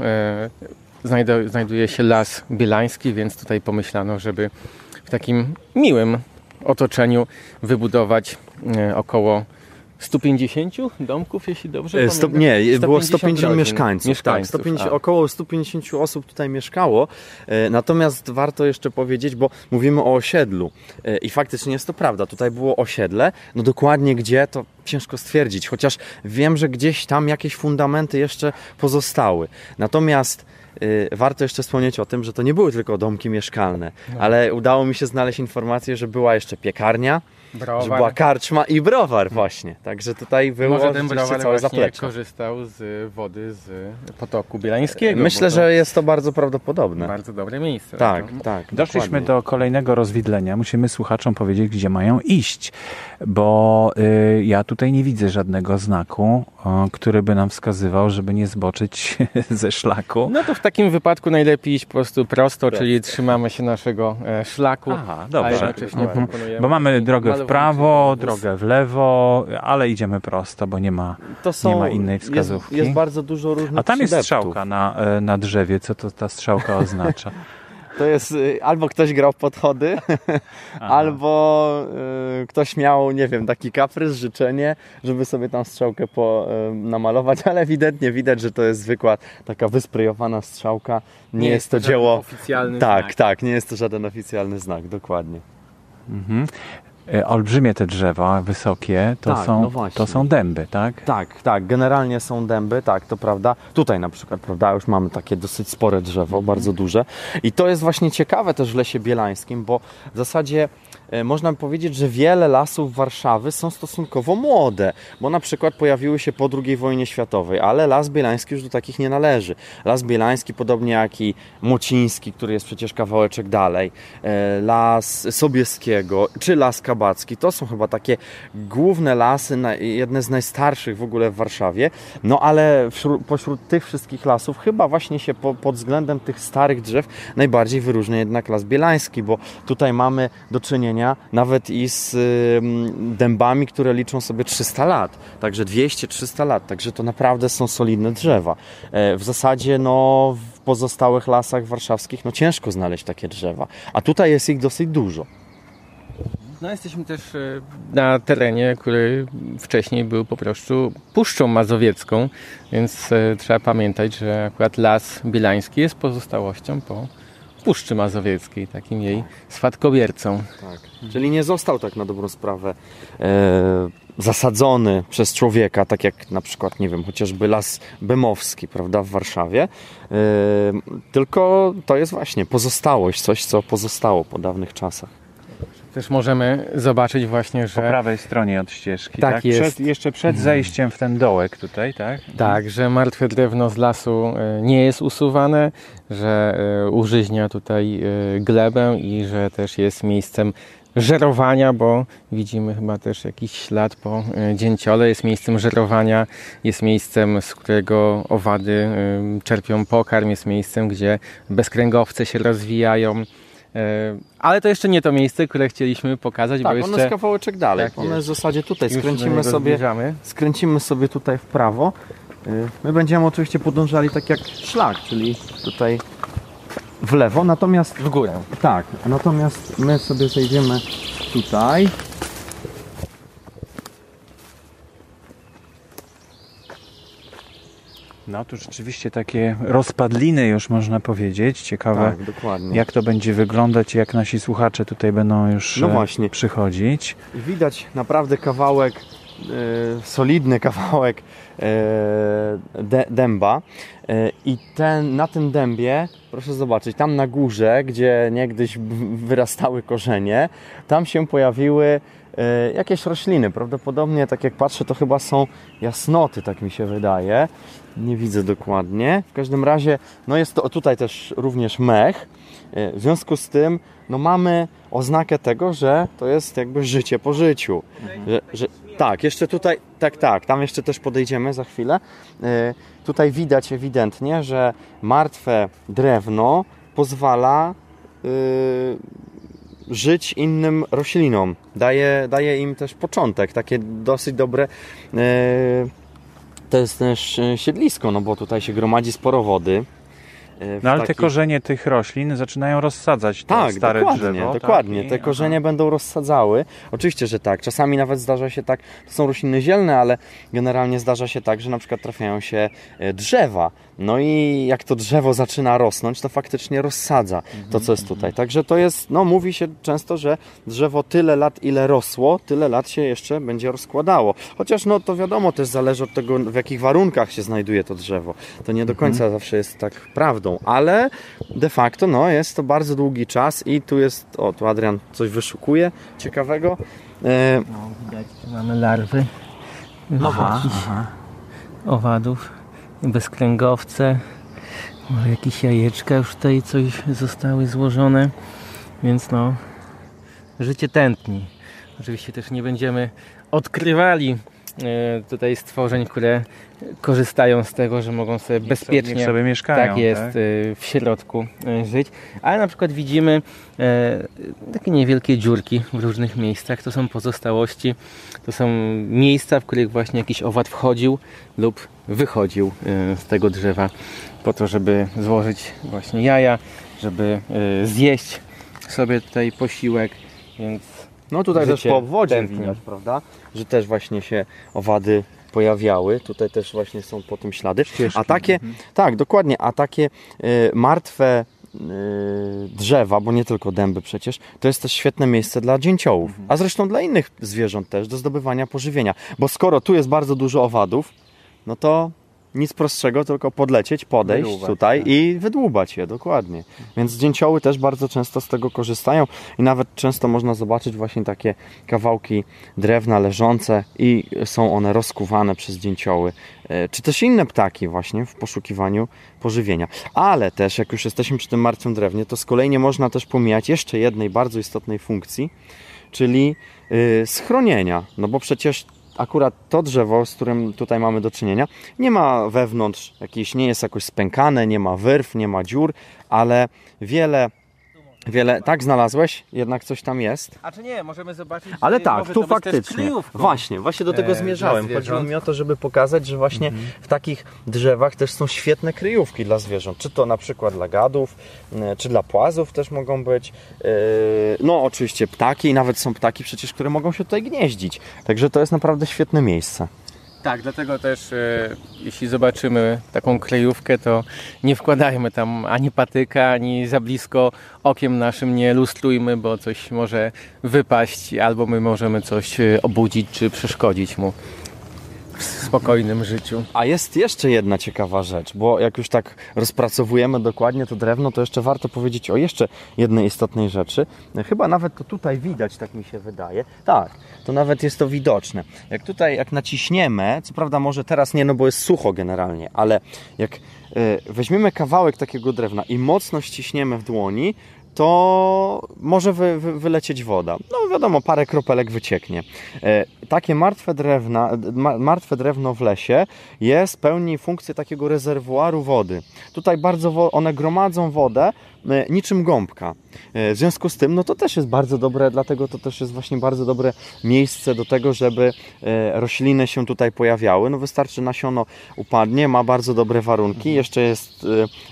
znajduje się Las Bielański, więc tutaj pomyślano, żeby w takim miłym otoczeniu wybudować około 150 domków, jeśli dobrze pamiętam? Nie, było 150 rodzin. mieszkańców. Tak, około 150 osób tutaj mieszkało. Natomiast warto jeszcze powiedzieć, bo mówimy o osiedlu i faktycznie jest to prawda. Tutaj było osiedle, no dokładnie gdzie to ciężko stwierdzić, chociaż wiem, że gdzieś tam jakieś fundamenty jeszcze pozostały. Natomiast warto jeszcze wspomnieć o tym, że to nie były tylko domki mieszkalne, ale udało mi się znaleźć informację, że była jeszcze piekarnia, Browar. że była karczma i browar właśnie. Także tutaj było Może ten browar całe właśnie zaplecze. korzystał z wody z potoku bielańskiego. Myślę, że jest to bardzo prawdopodobne. Bardzo dobre miejsce. Tak, No. tak. Doszliśmy dokładnie. do kolejnego rozwidlenia. Musimy słuchaczom powiedzieć, gdzie mają iść, bo ja tutaj nie widzę żadnego znaku, który by nam wskazywał, żeby nie zboczyć ze szlaku. No to w takim wypadku najlepiej iść po prostu prosto, czyli trzymamy się naszego szlaku. Aha, A dobrze. jednocześnie proponujemy Bo mamy drogę w malowniczy prawo, obóz. drogę w lewo, ale idziemy prosto, bo nie ma nie ma innej wskazówki. Jest bardzo dużo różnych A tam jest przydeptów. strzałka na drzewie. Co to ta strzałka oznacza? To jest albo ktoś grał w podchody, albo ktoś miał, nie wiem, taki kaprys, życzenie, żeby sobie tam strzałkę namalować, ale ewidentnie widać, że to jest zwykła taka wysprejowana strzałka. Nie jest to żaden dzieło. oficjalny Tak, znak. tak, nie jest to żaden oficjalny znak, dokładnie. Mhm. Olbrzymie te drzewa, wysokie, Tak, no właśnie. to są dęby, tak? Tak, generalnie są dęby, tak, to prawda. Tutaj na przykład, prawda, już mamy takie dosyć spore drzewo, bardzo duże. I to jest właśnie ciekawe też w Lesie Bielańskim, bo w zasadzie można powiedzieć, że wiele lasów Warszawy są stosunkowo młode, bo na przykład pojawiły się po II wojnie światowej, ale Las Bielański już do takich nie należy. Las Bielański, podobnie jak i Młociński, który jest przecież kawałeczek dalej, Las Sobieskiego, czy Las Kabacki, to są chyba takie główne lasy, jedne z najstarszych w ogóle w Warszawie, no ale pośród tych wszystkich lasów chyba właśnie się pod względem tych starych drzew najbardziej wyróżnia jednak Las Bielański, bo tutaj mamy do czynienia nawet i z dębami, które liczą sobie 300 lat, także 200-300 lat, także to naprawdę są solidne drzewa. W zasadzie no w pozostałych lasach warszawskich no ciężko znaleźć takie drzewa, a tutaj jest ich dosyć dużo. No jesteśmy też na terenie, który wcześniej był po prostu Puszczą Mazowiecką, więc trzeba pamiętać, że akurat Las Bielański jest pozostałością po Puszczy Mazowieckiej, takim jej spadkobiercą. Tak. Czyli nie został tak na dobrą sprawę zasadzony przez człowieka, tak jak na przykład, nie wiem, chociażby Las Bemowski, prawda, w Warszawie, tylko to jest właśnie pozostałość, coś, co pozostało po dawnych czasach. Też możemy zobaczyć właśnie, Po że prawej stronie od ścieżki, Tak tak? jest. Jeszcze przed zejściem w ten dołek tutaj, tak? tak, że martwe drewno z lasu nie jest usuwane, że użyźnia tutaj glebę i że też jest miejscem żerowania, bo widzimy chyba też jakiś ślad po dzięciole, jest miejscem żerowania, jest miejscem, z którego owady czerpią pokarm, jest miejscem, gdzie bezkręgowce się rozwijają. Ale to jeszcze nie to miejsce, które chcieliśmy pokazać, bo Tak, jeszcze ono jest kawałeczek dalej, Tak ono jest. jest w zasadzie tutaj, już do niego skręcimy sobie tutaj w prawo. My będziemy oczywiście podążali tak jak szlak, czyli tutaj w lewo, natomiast w górę. tak, natomiast my sobie zejdziemy tutaj. No tu rzeczywiście takie rozpadliny już można powiedzieć. Ciekawe, Tak, dokładnie. jak to będzie wyglądać, jak nasi słuchacze tutaj będą już No właśnie. przychodzić. I widać naprawdę kawałek, solidny kawałek dęba. I na tym dębie, proszę zobaczyć, tam na górze, gdzie niegdyś wyrastały korzenie, tam się pojawiły jakieś rośliny. Prawdopodobnie, tak jak patrzę, to chyba są jasnoty, tak mi się wydaje. Nie widzę dokładnie. W każdym razie, no jest to tutaj też również mech. W związku z tym, no mamy oznakę tego, że to jest jakby życie po życiu. Tak, jeszcze tutaj, tak, tam jeszcze też podejdziemy za chwilę. Tutaj widać ewidentnie, że martwe drewno pozwala żyć innym roślinom. Daje im też początek, takie dosyć dobre. To jest też siedlisko, no bo tutaj się gromadzi sporo wody. No ale te korzenie tych roślin zaczynają rozsadzać to stare drzewo. Dokładnie. Te korzenie będą rozsadzały. Oczywiście, że tak. Czasami nawet zdarza się tak, to są rośliny zielne, ale generalnie zdarza się tak, że na przykład trafiają się drzewa. No i jak to drzewo zaczyna rosnąć, to faktycznie rozsadza to, co jest tutaj. Także to jest, no mówi się często, że drzewo tyle lat, ile rosło, tyle lat się jeszcze będzie rozkładało. Chociaż no to wiadomo, też zależy od tego, w jakich warunkach się znajduje to drzewo. To nie do końca zawsze jest tak prawdą, ale de facto no jest to bardzo długi czas i tu jest, tu Adrian coś wyszukuje ciekawego. No, widać, że mamy larwy. Owadów, bezkręgowce, może jakieś jajeczka już tutaj coś zostały złożone, więc no, życie tętni. Oczywiście też nie będziemy odkrywali tutaj stworzeń, które korzystają z tego, że mogą sobie bezpiecznie, niech sobie mieszkają, tak jest, w środku żyć. Ale na przykład widzimy takie niewielkie dziurki w różnych miejscach. To są pozostałości, to są miejsca, w których właśnie jakiś owad wchodził lub wychodził z tego drzewa po to, żeby złożyć właśnie jaja, żeby zjeść sobie tutaj posiłek, więc no tutaj też po obwodzie widać, prawda, że też właśnie się owady pojawiały. Tutaj też właśnie są po tym ślady. Ścieżki. A takie, tak, dokładnie, a takie martwe drzewa, bo nie tylko dęby przecież, to jest też świetne miejsce dla dzięciołów, a zresztą dla innych zwierząt też, do zdobywania pożywienia. Bo skoro tu jest bardzo dużo owadów, no to nic prostszego, tylko podlecieć, podejść wydłubać, tutaj tak. i wydłubać je, dokładnie. Więc dzięcioły też bardzo często z tego korzystają i nawet często można zobaczyć właśnie takie kawałki drewna leżące i są one rozkuwane przez dzięcioły, czy też inne ptaki właśnie w poszukiwaniu pożywienia. Ale też, jak już jesteśmy przy tym martwym drewnie, to z kolei nie można też pomijać jeszcze jednej bardzo istotnej funkcji, czyli schronienia, no bo przecież akurat to drzewo, z którym tutaj mamy do czynienia, nie ma wewnątrz jakiejś, nie jest jakoś spękane, nie ma wyrw, nie ma dziur, ale wiele, tak znalazłeś? Jednak coś tam jest. A czy nie, możemy zobaczyć. Ale tak, tu faktycznie. Właśnie do tego zmierzałem. Chodziło mi o to, żeby pokazać, że właśnie w takich drzewach też są świetne kryjówki dla zwierząt. Czy to na przykład dla gadów, czy dla płazów też mogą być. No oczywiście ptaki i nawet są ptaki przecież, które mogą się tutaj gnieździć. Także to jest naprawdę świetne miejsce. Tak, dlatego też jeśli zobaczymy taką kryjówkę, to nie wkładajmy tam ani patyka, ani za blisko okiem naszym nie lustrujmy, bo coś może wypaść, albo my możemy coś obudzić, czy przeszkodzić mu w spokojnym życiu. A jest jeszcze jedna ciekawa rzecz, bo jak już tak rozpracowujemy dokładnie to drewno, to jeszcze warto powiedzieć o jeszcze jednej istotnej rzeczy. Chyba nawet to tutaj widać, tak mi się wydaje. Tak, to nawet jest to widoczne. Jak naciśniemy, co prawda może teraz nie, no bo jest sucho generalnie, ale jak weźmiemy kawałek takiego drewna i mocno ściśniemy w dłoni, to może wylecieć woda. No wiadomo, parę kropelek wycieknie. Takie martwe drewno w lesie pełni funkcję takiego rezerwuaru wody. Tutaj bardzo one gromadzą wodę niczym gąbka. W związku z tym, no to też jest bardzo dobre, dlatego to też jest właśnie bardzo dobre miejsce do tego, żeby rośliny się tutaj pojawiały. No wystarczy nasiono upadnie, ma bardzo dobre warunki, jeszcze jest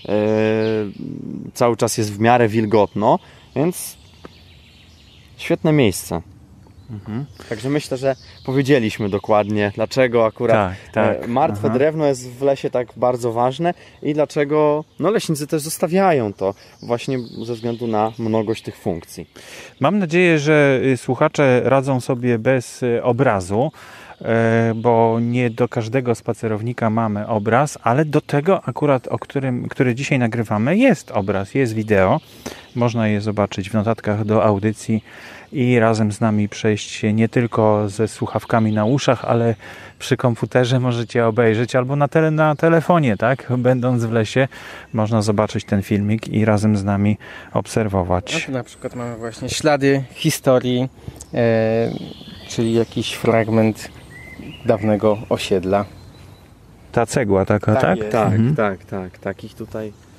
cały czas jest w miarę wilgotno, więc świetne miejsce. Także myślę, że powiedzieliśmy dokładnie, dlaczego akurat martwe drewno jest w lesie tak bardzo ważne i dlaczego leśnicy też zostawiają to właśnie ze względu na mnogość tych funkcji. Mam nadzieję, że słuchacze radzą sobie bez obrazu, bo nie do każdego spacerownika mamy obraz, ale do tego akurat, który dzisiaj nagrywamy, jest obraz, jest wideo. Można je zobaczyć w notatkach do audycji i razem z nami przejść się nie tylko ze słuchawkami na uszach, ale przy komputerze możecie obejrzeć albo na telefonie, tak? Będąc w lesie, można zobaczyć ten filmik i razem z nami obserwować. No tu na przykład mamy właśnie ślady historii, czyli jakiś fragment dawnego osiedla. Ta cegła taka, tak? Tak. Takich tutaj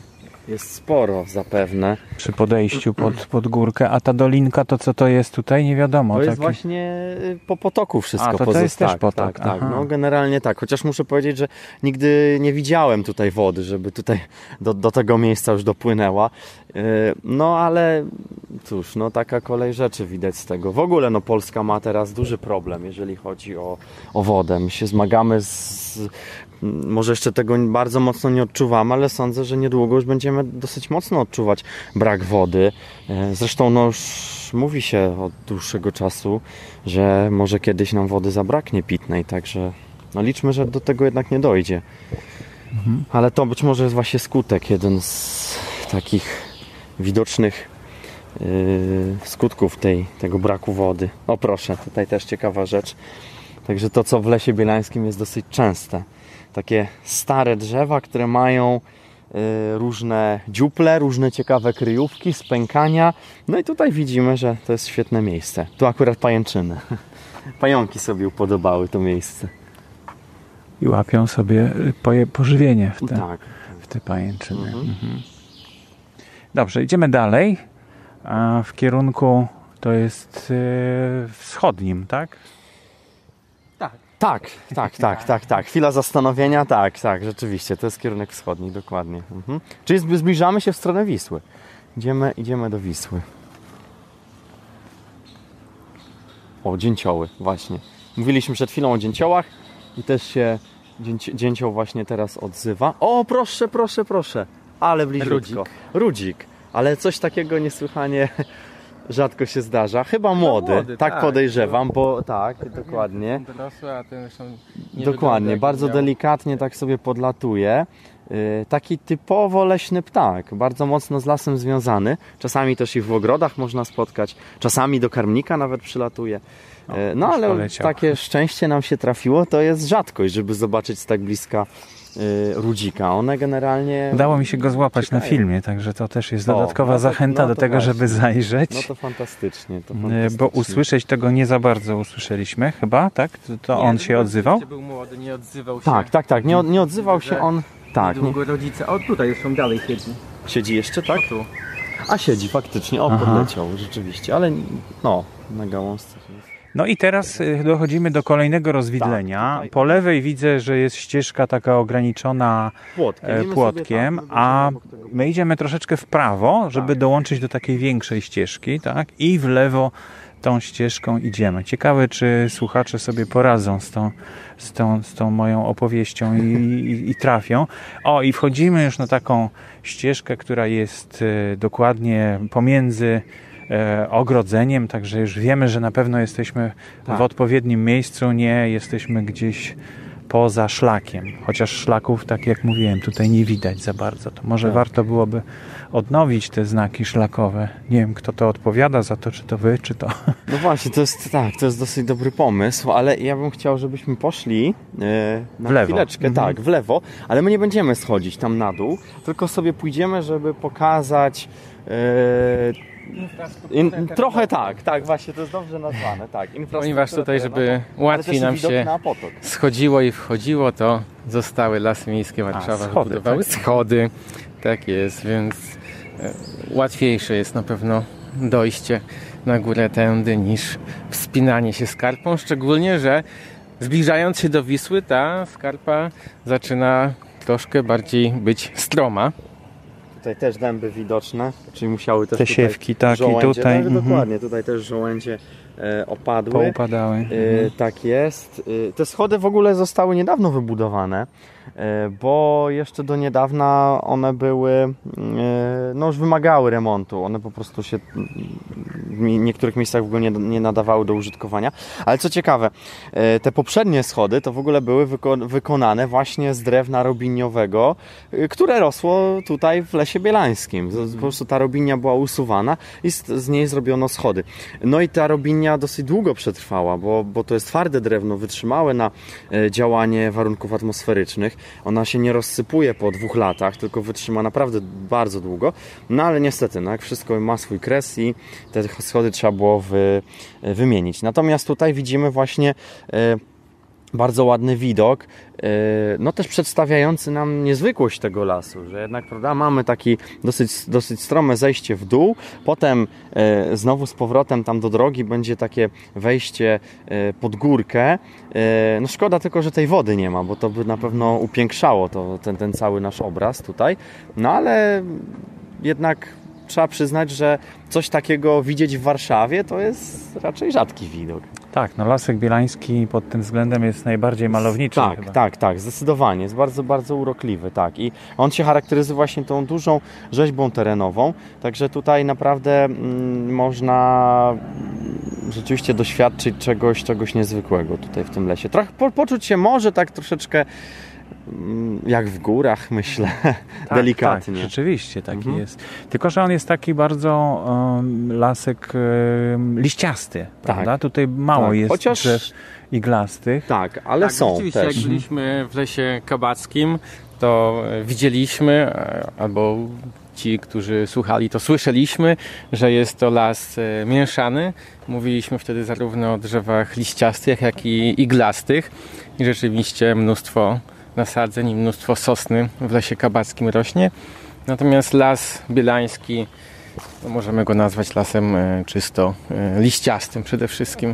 jest sporo zapewne. Przy podejściu pod górkę, a ta dolinka to co to jest tutaj? Nie wiadomo. To jest Taki... właśnie po potoku wszystko to pozostaje. jest też potok. Tak. No generalnie tak, chociaż muszę powiedzieć, że nigdy nie widziałem tutaj wody, żeby tutaj do tego miejsca już dopłynęła. No ale cóż, no taka kolej rzeczy widać z tego. W ogóle no Polska ma teraz duży problem, jeżeli chodzi o wodę. My się zmagamy może jeszcze tego bardzo mocno nie odczuwamy, ale sądzę, że niedługo już będziemy dosyć mocno odczuwać brak wody. Zresztą no już mówi się od dłuższego czasu, że może kiedyś nam wody zabraknie pitnej, także no liczmy, że do tego jednak nie dojdzie. Ale to być może jest właśnie skutek, jeden z takich widocznych skutków tego braku wody. O proszę, tutaj też ciekawa rzecz. Także to, co w Lesie Bielańskim jest dosyć częste. Takie stare drzewa, które mają różne dziuple, różne ciekawe kryjówki, spękania. No i tutaj widzimy, że to jest świetne miejsce. Tu akurat pajęczyny. Pająki sobie upodobały to miejsce. I łapią sobie pożywienie w te pajęczyny. Mhm. Dobrze, idziemy dalej. A w kierunku to jest wschodnim, tak? Tak. Chwila zastanowienia, tak, rzeczywiście. To jest kierunek wschodni, dokładnie. Czyli zbliżamy się w stronę Wisły. Idziemy do Wisły. O, dzięcioły, właśnie. Mówiliśmy przed chwilą o dzięciołach i też się dzięcioł właśnie teraz odzywa. O, proszę. Ale bliziutko. Rudzik. Ale coś takiego niesłychanie rzadko się zdarza. Chyba młody, tak podejrzewam, bo tak, dokładnie. Dorosły, a ten zresztą dokładnie, bardzo delikatnie tak sobie podlatuje. Taki typowo leśny ptak, bardzo mocno z lasem związany. Czasami też i w ogrodach można spotkać, czasami do karmnika nawet przylatuje. No ale poleciał. Takie szczęście nam się trafiło, to jest rzadkość, żeby zobaczyć z tak bliska rudzika. One generalnie... Udało mi się go złapać na filmie, także to też jest dodatkowa zachęta do tego, właśnie. żeby zajrzeć. No to fantastycznie. Bo usłyszeć tego nie za bardzo usłyszeliśmy chyba, tak? To on się odzywał? Był młody, nie odzywał się. Tak. Nie odzywał się on. Tak. Niedługo rodzice... O, tutaj zresztą dalej siedzi. Siedzi jeszcze, tak? Tu. A siedzi faktycznie. O, podleciał rzeczywiście, ale no, na gałązce jest. No i teraz dochodzimy do kolejnego rozwidlenia. Tak, po lewej widzę, że jest ścieżka taka ograniczona płotkiem, a my idziemy troszeczkę w prawo, żeby dołączyć do takiej większej ścieżki, tak? I w lewo tą ścieżką idziemy. Ciekawe, czy słuchacze sobie poradzą z tą moją opowieścią i trafią. O, i wchodzimy już na taką ścieżkę, która jest dokładnie pomiędzy ogrodzeniem, także już wiemy, że na pewno jesteśmy w odpowiednim miejscu, nie jesteśmy gdzieś poza szlakiem, chociaż szlaków, tak jak mówiłem, tutaj nie widać za bardzo, to może warto byłoby odnowić te znaki szlakowe. Nie wiem, kto to odpowiada za to, czy to wy, czy to... No właśnie, to jest dosyć dobry pomysł, ale ja bym chciał, żebyśmy poszli na w lewo. Chwileczkę, w lewo, ale my nie będziemy schodzić tam na dół, tylko sobie pójdziemy, żeby pokazać trochę tak, właśnie to jest dobrze nazwane, tak. Ponieważ tutaj, żeby łatwiej nam się schodziło i wchodziło, to zostały Lasy Miejskie Warszawa wybudowały schody, tak jest, więc łatwiejsze jest na pewno dojście na górę tędy niż wspinanie się skarpą, szczególnie, że zbliżając się do Wisły, ta skarpa zaczyna troszkę bardziej być stroma. Tutaj też dęby widoczne, czyli musiały też te siewki, tak, żołędzie, i tutaj... Dokładnie, tutaj też żołędzie opadły. Poupadały. Tak jest. Te schody w ogóle zostały niedawno wybudowane, bo jeszcze do niedawna one były, no już wymagały remontu. One po prostu się w niektórych miejscach w ogóle nie nadawały do użytkowania. Ale co ciekawe, te poprzednie schody to w ogóle były wykonane właśnie z drewna robiniowego, które rosło tutaj w Lesie Bielańskim. Po prostu ta robinia była usuwana i z niej zrobiono schody. No i ta robinia dosyć długo przetrwała, bo to jest twarde drewno, wytrzymałe na działanie warunków atmosferycznych. Ona się nie rozsypuje po 2 latach, tylko wytrzyma naprawdę bardzo długo. No ale niestety, jak wszystko ma swój kres i te schody trzeba było wymienić. Natomiast tutaj widzimy właśnie bardzo ładny widok, no też przedstawiający nam niezwykłość tego lasu, że jednak, prawda, mamy taki dosyć strome zejście w dół, potem znowu z powrotem tam do drogi będzie takie wejście pod górkę. No szkoda tylko, że tej wody nie ma, bo to by na pewno upiększało ten cały nasz obraz tutaj, no ale jednak trzeba przyznać, że coś takiego widzieć w Warszawie to jest raczej rzadki widok. Tak, no Lasek Bielański pod tym względem jest najbardziej malowniczy. Tak, tak, zdecydowanie. Jest bardzo, bardzo urokliwy, tak. I on się charakteryzuje właśnie tą dużą rzeźbą terenową, także tutaj naprawdę można rzeczywiście doświadczyć czegoś niezwykłego tutaj w tym lesie. Trochę poczuć się może tak troszeczkę jak w górach, myślę, delikatnie. Tak, rzeczywiście taki jest. Tylko, że on jest taki bardzo lasek liściasty, prawda? Tutaj mało jest drzew iglastych. Tak, ale są rzeczywiście, też. jak byliśmy w Lesie Kabackim, to widzieliśmy, albo ci, którzy słuchali, to słyszeliśmy, że jest to las mieszany. Mówiliśmy wtedy zarówno o drzewach liściastych, jak i iglastych. I rzeczywiście mnóstwo nasadzeń i mnóstwo sosny w Lesie Kabackim rośnie. Natomiast Las Bielański, no możemy go nazwać lasem czysto liściastym przede wszystkim.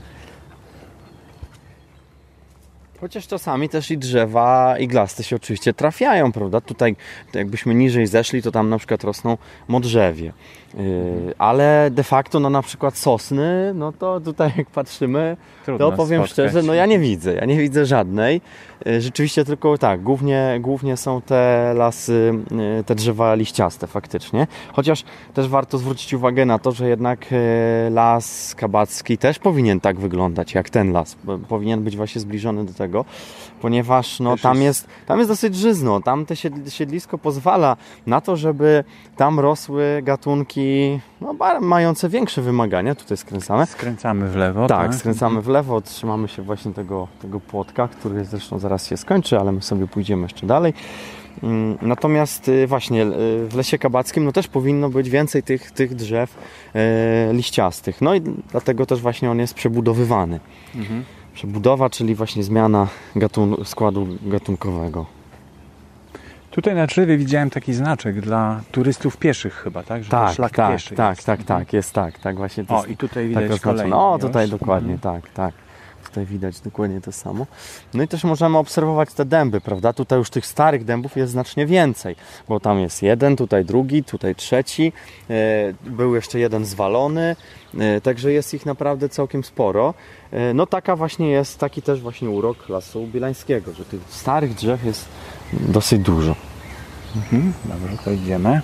Chociaż czasami też i drzewa iglaste się oczywiście trafiają, prawda? Tutaj jakbyśmy niżej zeszli, to tam na przykład rosną modrzewie. Ale de facto no na przykład sosny, no to tutaj jak patrzymy, trudno to powiem spotkać. szczerze, no ja nie widzę żadnej. Rzeczywiście tylko tak, głównie są te lasy, te drzewa liściaste faktycznie. Chociaż też warto zwrócić uwagę na to, że jednak las kabacki też powinien tak wyglądać jak ten las. Powinien być właśnie zbliżony do tego, ponieważ no, tam jest dosyć żyzno. Tam te siedlisko pozwala na to, żeby tam rosły gatunki no, mające większe wymagania. Tutaj skręcamy. Skręcamy w lewo. Tak, skręcamy w lewo. Trzymamy się właśnie tego płotka, który zresztą zaraz się skończy, ale my sobie pójdziemy jeszcze dalej. Natomiast właśnie w Lesie Kabackim no też powinno być więcej tych drzew liściastych. No i dlatego też właśnie on jest przebudowywany. Przebudowa, czyli właśnie zmiana składu gatunkowego. Tutaj na drzewie widziałem taki znaczek dla turystów pieszych chyba, tak? Że to szlak pieszy jest tak właśnie. To o, jest i tutaj widać kolejny. O, tutaj dokładnie, tak. Tutaj widać dokładnie to samo. No i też możemy obserwować te dęby, prawda? Tutaj już tych starych dębów jest znacznie więcej, bo tam jest jeden, tutaj drugi, tutaj trzeci. Był jeszcze jeden zwalony, także jest ich naprawdę całkiem sporo. No taki też właśnie urok Lasu Bielańskiego, że tych starych drzew jest dosyć dużo. Dobrze, to idziemy.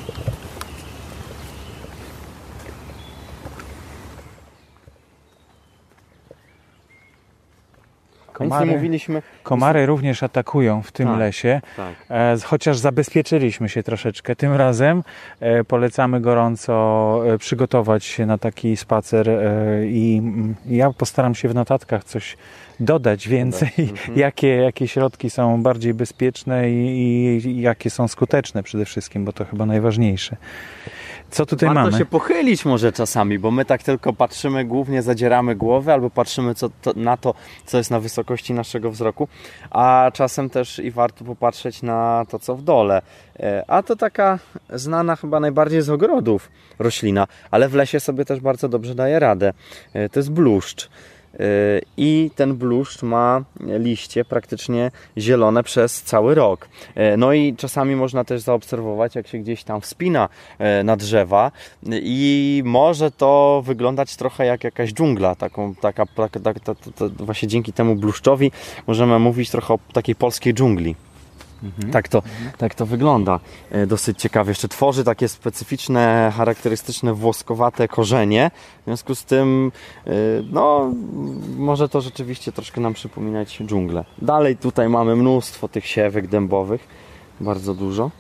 Komary również atakują w tym lesie, chociaż zabezpieczyliśmy się troszeczkę tym razem. Polecamy gorąco przygotować się na taki spacer i ja postaram się w notatkach coś dodać więcej, jakie środki są bardziej bezpieczne i jakie są skuteczne przede wszystkim, bo to chyba najważniejsze. Co tutaj mamy? Warto się pochylić może czasami, bo my tak tylko patrzymy, głównie zadzieramy głowę albo patrzymy na to, co jest na wysokości naszego wzroku, a czasem też i warto popatrzeć na to, co w dole. A to taka znana chyba najbardziej z ogrodów roślina, ale w lesie sobie też bardzo dobrze daje radę. To jest bluszcz. I ten bluszcz ma liście praktycznie zielone przez cały rok. No i czasami można też zaobserwować, jak się gdzieś tam wspina na drzewa i może to wyglądać trochę jak jakaś dżungla. Właśnie dzięki temu bluszczowi możemy mówić trochę o takiej polskiej dżungli. Tak to wygląda. Dosyć ciekawie. Jeszcze tworzy takie specyficzne, charakterystyczne, włoskowate korzenie. W związku z tym no, może to rzeczywiście troszkę nam przypominać dżunglę. Dalej tutaj mamy mnóstwo tych siewek dębowych. Bardzo dużo.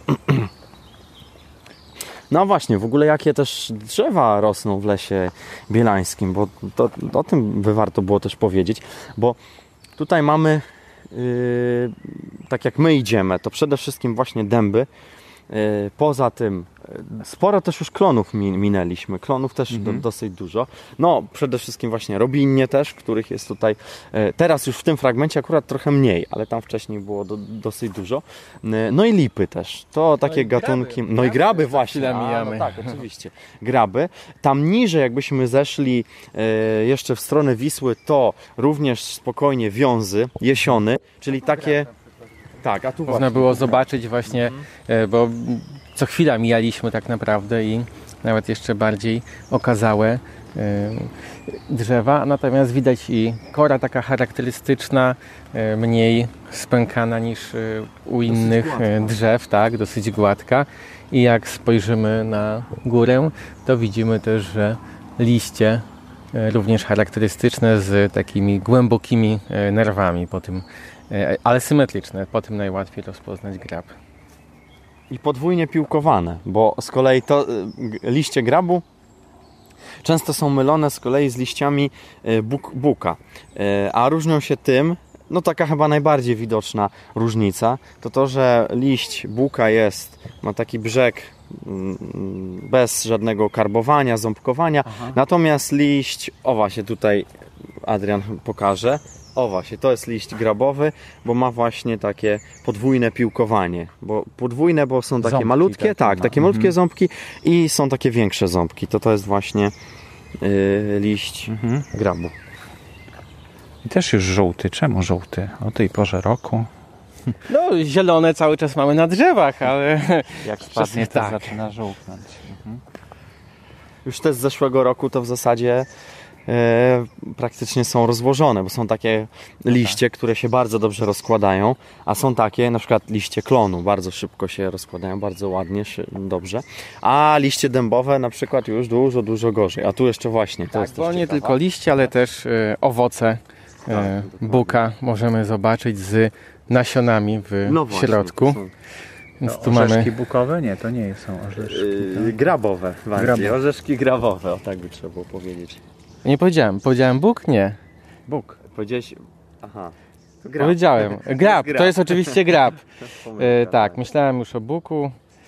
No właśnie, w ogóle jakie też drzewa rosną w Lesie Bielańskim, bo to o tym by warto było też powiedzieć, bo tutaj mamy tak jak my idziemy, to przede wszystkim właśnie dęby. Poza tym Sporo też już klonów minęliśmy, klonów też dosyć dużo. No przede wszystkim właśnie robinnie też, których jest tutaj teraz już w tym fragmencie akurat trochę mniej, ale tam wcześniej było dosyć dużo. No i lipy też, to takie gatunki, no i graby właśnie, no tak, oczywiście, graby. Tam niżej jakbyśmy zeszli jeszcze w stronę Wisły, to również spokojnie wiązy, jesiony, czyli takie... Tak, a tu można było zobaczyć właśnie, bo co chwila mijaliśmy tak naprawdę i nawet jeszcze bardziej okazałe drzewa, natomiast widać i kora taka charakterystyczna, mniej spękana niż u innych drzew, tak, dosyć gładka. I jak spojrzymy na górę, to widzimy też, że liście również charakterystyczne z takimi głębokimi nerwami po tym, ale symetryczne, po tym najłatwiej rozpoznać grab. I podwójnie piłkowane, bo z kolei to liście grabu często są mylone z kolei z liściami buka, a różnią się tym, no taka chyba najbardziej widoczna różnica, to, że liść buka ma taki brzeg bez żadnego karbowania, ząbkowania, natomiast liść, o właśnie tutaj Adrian pokaże, o właśnie, to jest liść grabowy, bo ma właśnie takie podwójne piłkowanie. Bo podwójne, bo są takie ząbki, malutkie, takie malutkie ząbki i są takie większe ząbki. To jest właśnie liść grabu. I też już żółty. Czemu żółty? O tej porze roku. No, zielone cały czas mamy na drzewach, ale jak spadnie, to zaczyna żółknąć. Już te z zeszłego roku to w zasadzie praktycznie są rozłożone, bo są takie liście, które się bardzo dobrze rozkładają, a są takie, na przykład liście klonu, bardzo szybko się rozkładają, bardzo ładnie, dobrze, a liście dębowe na przykład już dużo gorzej, a tu jeszcze właśnie to jest bo nie ciekawe. tylko liście, ale też owoce buka możemy zobaczyć z nasionami w środku. Więc tu orzeszki bukowe? Nie, to nie są orzeszki. Grabowe bardziej, orzeszki grabowe, o tak by trzeba było powiedzieć. Nie powiedziałem buk? Nie. Buk. Powiedziałeś... Aha. Grab. Powiedziałem. Grab. To jest oczywiście grab. Tak, myślałem już o buku.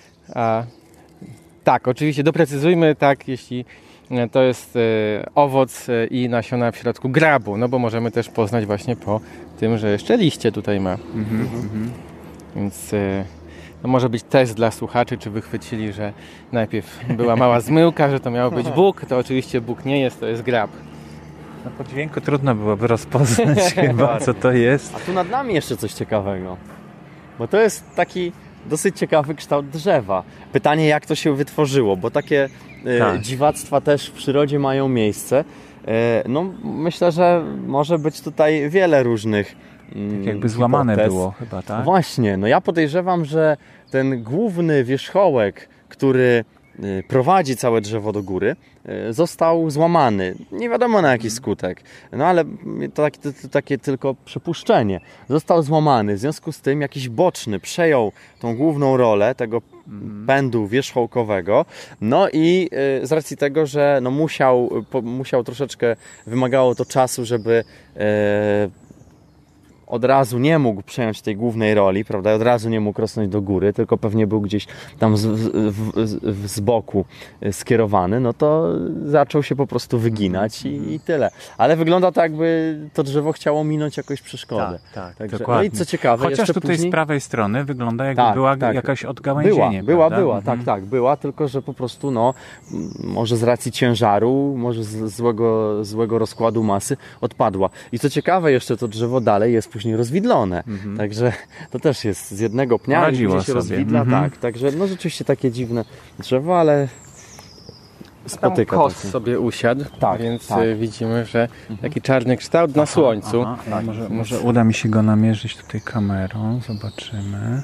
Tak, oczywiście doprecyzujmy, tak, jeśli to jest owoc i nasiona w środku grabu, no bo możemy też poznać właśnie po tym, że jeszcze liście tutaj ma. Więc no może być test dla słuchaczy, czy wychwycili, że najpierw była mała zmyłka, że to miał być buk, to oczywiście buk nie jest, to jest grab. No po dźwięku trudno byłoby rozpoznać chyba, co to jest. A tu nad nami jeszcze coś ciekawego, bo to jest taki dosyć ciekawy kształt drzewa. Pytanie, jak to się wytworzyło, bo takie dziwactwa też w przyrodzie mają miejsce. No myślę, że może być tutaj wiele różnych tak jakby złamane było chyba, tak? Właśnie, no ja podejrzewam, że ten główny wierzchołek, który prowadzi całe drzewo do góry, został złamany. Nie wiadomo na jaki skutek, no ale to takie tylko przypuszczenie. Został złamany, w związku z tym jakiś boczny przejął tą główną rolę tego pędu wierzchołkowego, no i z racji tego, że no musiał troszeczkę, wymagało to czasu, żeby od razu nie mógł przejąć tej głównej roli, prawda? Od razu nie mógł rosnąć do góry, tylko pewnie był gdzieś tam z boku skierowany, no to zaczął się po prostu wyginać i tyle. Ale wygląda to, jakby to drzewo chciało minąć jakąś przeszkodę. Tak, także, dokładnie. no i co ciekawe, chociaż jeszcze tutaj później... z prawej strony wygląda, jakby była jakaś odgałęzienie. Była, była, tylko że po prostu no, może z racji ciężaru, może z złego rozkładu masy odpadła. I co ciekawe, jeszcze to drzewo dalej jest później rozwidlone. Także to też jest z jednego pnia, gdzie się rozwidla. Tak, także no rzeczywiście takie dziwne drzewo, ale spotyka. Kos sobie usiadł, więc widzimy, że taki czarny kształt na słońcu. Może uda mi się go namierzyć tutaj kamerą. Zobaczymy.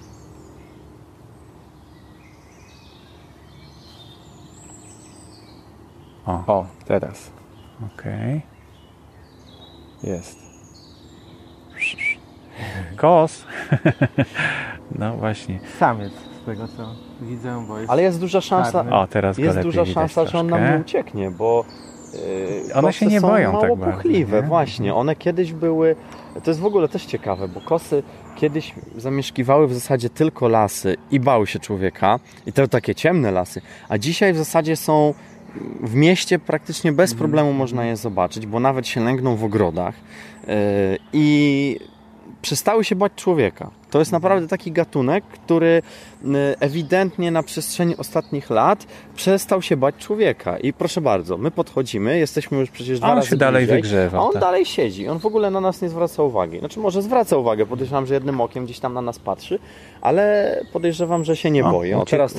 O, teraz. Okej. Jest. Kos. No właśnie. Samiec z tego co widzę, bo jest... Ale jest duża szansa, czarny. O, teraz go jest lepiej duża widać szansa, że on nam troszkę. nie ucieknie, bo One się kosy nie są boją mało tak bardzo, płochliwe, nie? właśnie. One kiedyś były, to jest w ogóle też ciekawe, bo kosy kiedyś zamieszkiwały w zasadzie tylko lasy i bały się człowieka. I to takie ciemne lasy. A dzisiaj w zasadzie są w mieście praktycznie bez problemu można je zobaczyć, bo nawet się lęgną w ogrodach i przestały się bać człowieka. To jest naprawdę taki gatunek, który ewidentnie na przestrzeni ostatnich lat przestał się bać człowieka. I proszę bardzo, my podchodzimy, jesteśmy już przecież 2 razy się dalej bliżej, wygrzewa, a on tak. dalej siedzi. On w ogóle na nas nie zwraca uwagi. Znaczy może zwraca uwagę, podejrzewam, że jednym okiem gdzieś tam na nas patrzy, ale podejrzewam, że się nie boi. O, teraz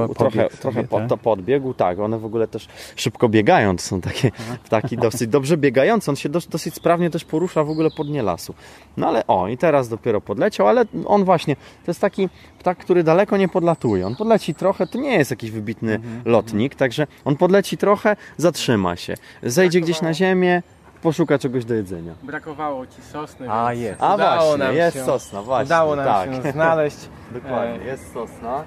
trochę podbiegł. Tak, one w ogóle też szybko biegają. To są takie ptaki dosyć dobrze biegające. On się dosyć sprawnie też porusza w ogóle po dnie lasu. No ale i teraz dopiero podleciał, ale on właśnie, to jest taki ptak, który daleko nie podlatuje. On podleci trochę, to nie jest jakiś wybitny lotnik, także on podleci trochę, zatrzyma się, zejdzie gdzieś na ziemię, poszuka czegoś do jedzenia. Brakowało ci sosny, A, więc jest. A udało właśnie, nam jest się, sosna, właśnie. udało nam tak. się znaleźć. Dokładnie, jest sosna.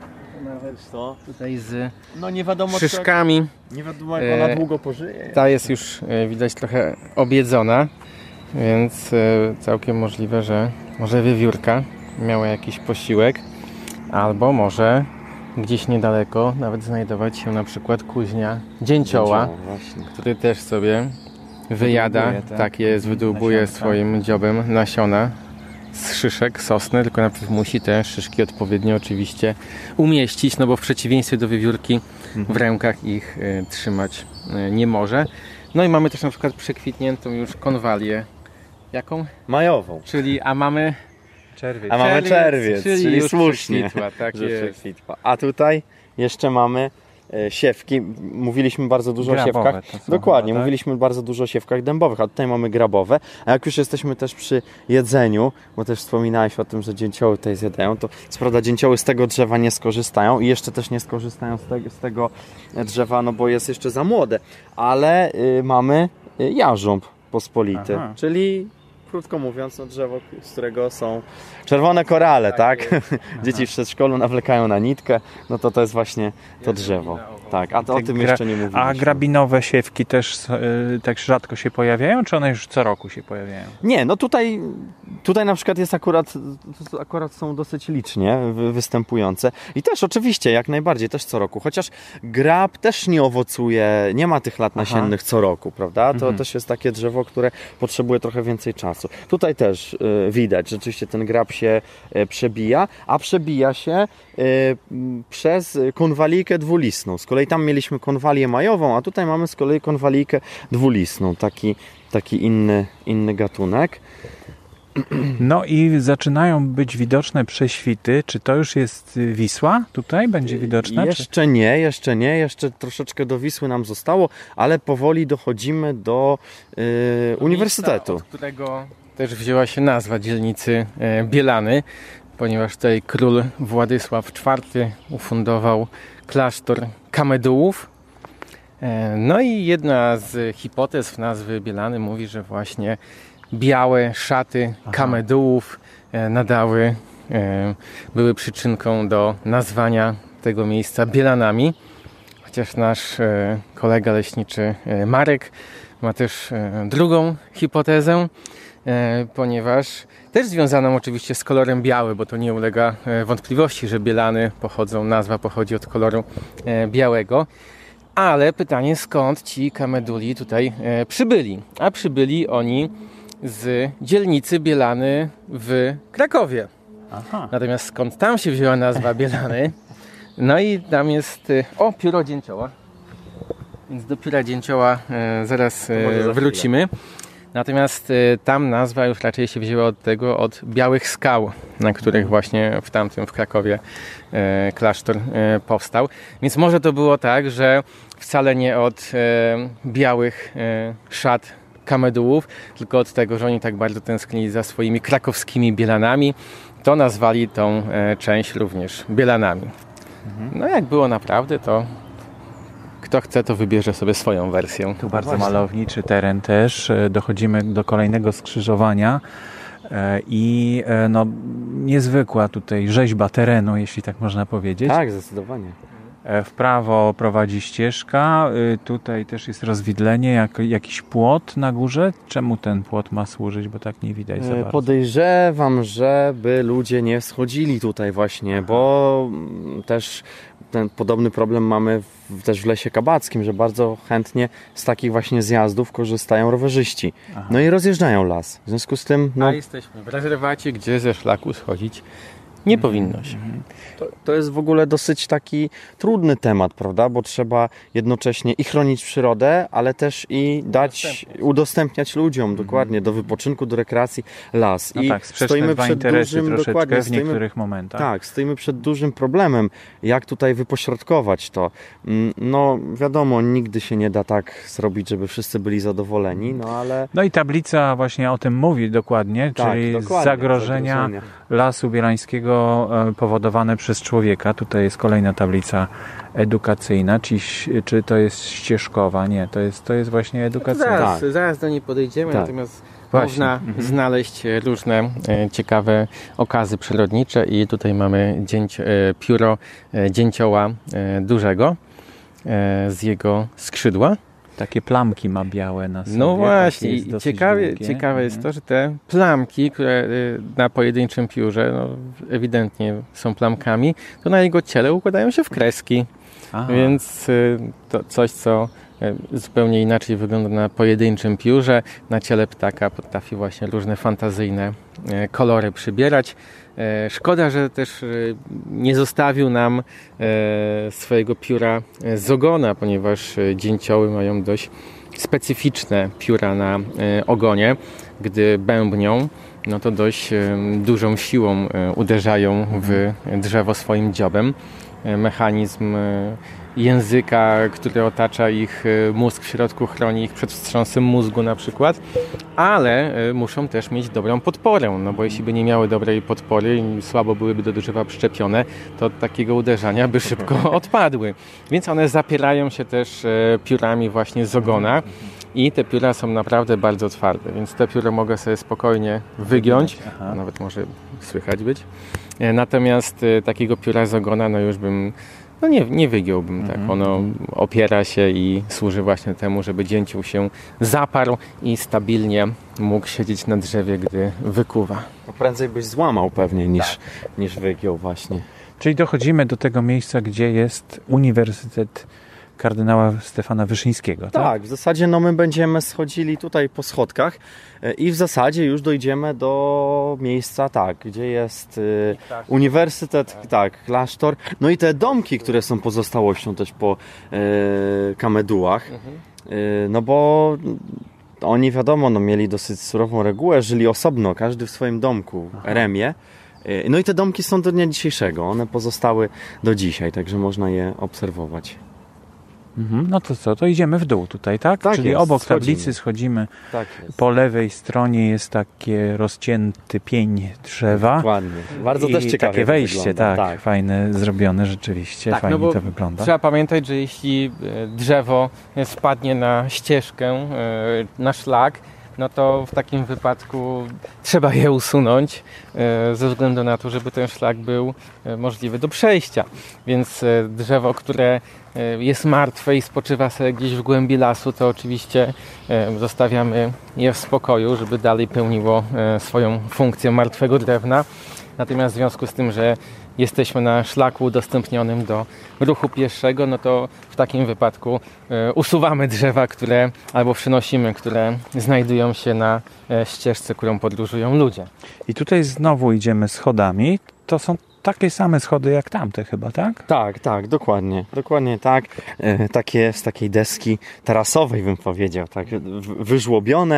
Nawet To, tutaj z no nie wiadomo, szyszkami. nie wiadomo jak ona długo pożyje. Ta jest już widać trochę objedzona, więc całkiem możliwe, że może wiewiórka miała jakiś posiłek, albo może gdzieś niedaleko nawet znajdować się na przykład kuźnia dzięcioła, Właśnie. który też sobie wyjada, Wydłubuje, tak jest, wydłubuje nasionka. swoim dziobem nasiona z szyszek sosny, tylko najpierw musi te szyszki odpowiednio oczywiście umieścić, no bo w przeciwieństwie do wiewiórki w rękach ich trzymać nie może. No i mamy też na przykład przekwitniętą już konwalię. Jaką? Majową. A mamy Czerwiec. A mamy czerwiec, czyli już słusznie, przekwitła, tak że jest. przekwitła. A tutaj jeszcze mamy siewki. Mówiliśmy bardzo dużo o Grabowe siewkach. to są Dokładnie, chyba, tak? mówiliśmy bardzo dużo o siewkach dębowych, a tutaj mamy grabowe. A jak już jesteśmy też przy jedzeniu, bo też wspominałeś o tym, że dzięcioły tutaj zjadają, to co prawda dzięcioły z tego drzewa nie skorzystają i jeszcze też nie skorzystają z tego drzewa, no bo jest jeszcze za młode. Ale mamy jarząb pospolity, Aha. czyli krótko mówiąc, drzewo, z którego są czerwone korale, tak? Dzieci w przedszkolu nawlekają na nitkę, no to jest właśnie to drzewo. Tak, a to o tym jeszcze nie mówiliśmy. A grabinowe siewki też tak rzadko się pojawiają, czy one już co roku się pojawiają? Nie, no tutaj na przykład jest akurat są dosyć licznie występujące i też oczywiście, jak najbardziej, też co roku, chociaż grab też nie owocuje, nie ma tych lat nasiennych co roku, prawda? To też jest takie drzewo, które potrzebuje trochę więcej czasu. Tutaj też widać, rzeczywiście ten grab się przebija, a przebija się przez konwalijkę dwulistną. Z kolei tam mieliśmy konwalię majową, a tutaj mamy z kolei konwalijkę dwulistną, taki inny gatunek. No i zaczynają być widoczne prześwity. Czy to już jest Wisła? Tutaj będzie widoczna? Jeszcze nie, jeszcze troszeczkę do Wisły nam zostało, ale powoli dochodzimy do uniwersytetu. Od którego też wzięła się nazwa dzielnicy Bielany, ponieważ tutaj król Władysław IV ufundował klasztor Kamedułów. No i jedna z hipotez nazwy Bielany mówi, że właśnie białe szaty Kamedułów były przyczynką do nazwania tego miejsca Bielanami. Chociaż nasz kolega leśniczy Marek ma też drugą hipotezę, ponieważ też związaną oczywiście z kolorem biały, bo to nie ulega wątpliwości, że Bielany nazwa pochodzi od koloru białego. Ale pytanie, skąd ci Kameduli tutaj przybyli? A przybyli oni z dzielnicy Bielany w Krakowie. Aha. Natomiast skąd tam się wzięła nazwa Bielany? No i tam jest pióro dzięcioła. Więc do pióra dzięcioła zaraz wrócimy. Natomiast tam nazwa już raczej się wzięła od białych skał, na których właśnie w Krakowie klasztor powstał. Więc może to było tak, że wcale nie od białych szat Kamedułów, tylko od tego, że oni tak bardzo tęsknili za swoimi krakowskimi Bielanami, to nazwali tą część również Bielanami. No jak było naprawdę, to kto chce, to wybierze sobie swoją wersję. Tu bardzo malowniczy teren też. Dochodzimy do kolejnego skrzyżowania i no, niezwykła tutaj rzeźba terenu, jeśli tak można powiedzieć. Tak, zdecydowanie. W prawo prowadzi ścieżka, tutaj też jest rozwidlenie, jakiś płot na górze. Czemu ten płot ma służyć, bo tak nie widać za bardzo? Podejrzewam, żeby ludzie nie schodzili tutaj właśnie, bo też ten podobny problem mamy też w Lesie Kabackim, że bardzo chętnie z takich właśnie zjazdów korzystają rowerzyści. Aha. No i rozjeżdżają las. W związku z tym... A jesteśmy w rezerwacie, gdzie ze szlaku schodzić nie powinno się. To jest w ogóle dosyć taki trudny temat, prawda? Bo trzeba jednocześnie i chronić przyrodę, ale też i udostępniać ludziom dokładnie do wypoczynku, do rekreacji las. No I tak, sprzeczne dwa interesy troszeczkę w niektórych momentach. Tak, stoimy przed dużym problemem, jak tutaj wypośrodkować to. No wiadomo, nigdy się nie da tak zrobić, żeby wszyscy byli zadowoleni, no ale... No i tablica właśnie o tym mówi dokładnie, czyli dokładnie, zagrożenia Lasu Bielańskiego powodowane przez człowieka. Tutaj jest kolejna tablica edukacyjna. Czy to jest ścieżkowa? Nie, to jest właśnie edukacyjna. Zaraz do niej podejdziemy, Tak. natomiast Właśnie. można znaleźć różne ciekawe okazy przyrodnicze i tutaj mamy pióro dzięcioła dużego z jego skrzydła. Takie plamki ma białe na sobie. No właśnie, jest dosyć ciekawe jest to, że te plamki, które na pojedynczym piórze ewidentnie są plamkami, to na jego ciele układają się w kreski. Aha. Więc to coś, co zupełnie inaczej wygląda na pojedynczym piórze, na ciele ptaka potrafi właśnie różne fantazyjne kolory przybierać. Szkoda, że też nie zostawił nam swojego pióra z ogona, ponieważ dzięcioły mają dość specyficzne pióra na ogonie. Gdy bębnią, no to dość dużą siłą uderzają w drzewo swoim dziobem. Mechanizm języka, który otacza ich mózg w środku, chroni ich przed wstrząsem mózgu na przykład, ale muszą też mieć dobrą podporę, no bo jeśli by nie miały dobrej podpory i słabo byłyby do drzewa przyczepione, to od takiego uderzenia by szybko odpadły. Więc one zapierają się też piórami właśnie z ogona i te pióra są naprawdę bardzo twarde, więc te pióro mogę sobie spokojnie wygiąć, nawet może słychać być. Natomiast takiego pióra z ogona no już bym nie wygiąłbym, tak. Ono opiera się i służy właśnie temu, żeby dzięcioł się zaparł i stabilnie mógł siedzieć na drzewie, gdy wykuwa. Prędzej byś złamał pewnie niż wygiął właśnie. Czyli dochodzimy do tego miejsca, gdzie jest Uniwersytet Kardynała Stefana Wyszyńskiego. Tak, w zasadzie my będziemy schodzili tutaj po schodkach i w zasadzie już dojdziemy do miejsca, gdzie jest uniwersytet, klasztor, no i te domki, które są pozostałością też po kamedułach, no bo oni wiadomo, mieli dosyć surową regułę, żyli osobno, każdy w swoim domku, eremie. No i te domki są do dnia dzisiejszego, one pozostały do dzisiaj, także można je obserwować. No to co, to idziemy w dół tutaj, tak? Czyli jest, obok schodzimy. tablicy schodzimy. Tak jest. Po lewej stronie jest takie rozcięty pień drzewa. Dokładnie. Bardzo też ciekawe takie wejście, wygląda. tak, fajne, zrobione rzeczywiście, fajnie bo to wygląda. Trzeba pamiętać, że jeśli drzewo spadnie na ścieżkę, na szlak, no to w takim wypadku trzeba je usunąć ze względu na to, żeby ten szlak był możliwy do przejścia. Więc drzewo, które jest martwe i spoczywa sobie gdzieś w głębi lasu, to oczywiście zostawiamy je w spokoju, żeby dalej pełniło swoją funkcję martwego drewna. Natomiast w związku z tym, że jesteśmy na szlaku udostępnionym do ruchu pieszego, no to w takim wypadku usuwamy drzewa, albo przynosimy, które znajdują się na ścieżce, którą podróżują ludzie. I tutaj znowu idziemy schodami. To są takie same schody jak tamte chyba, tak? Tak, dokładnie. Dokładnie tak. Takie z takiej deski tarasowej bym powiedział, tak, wyżłobione.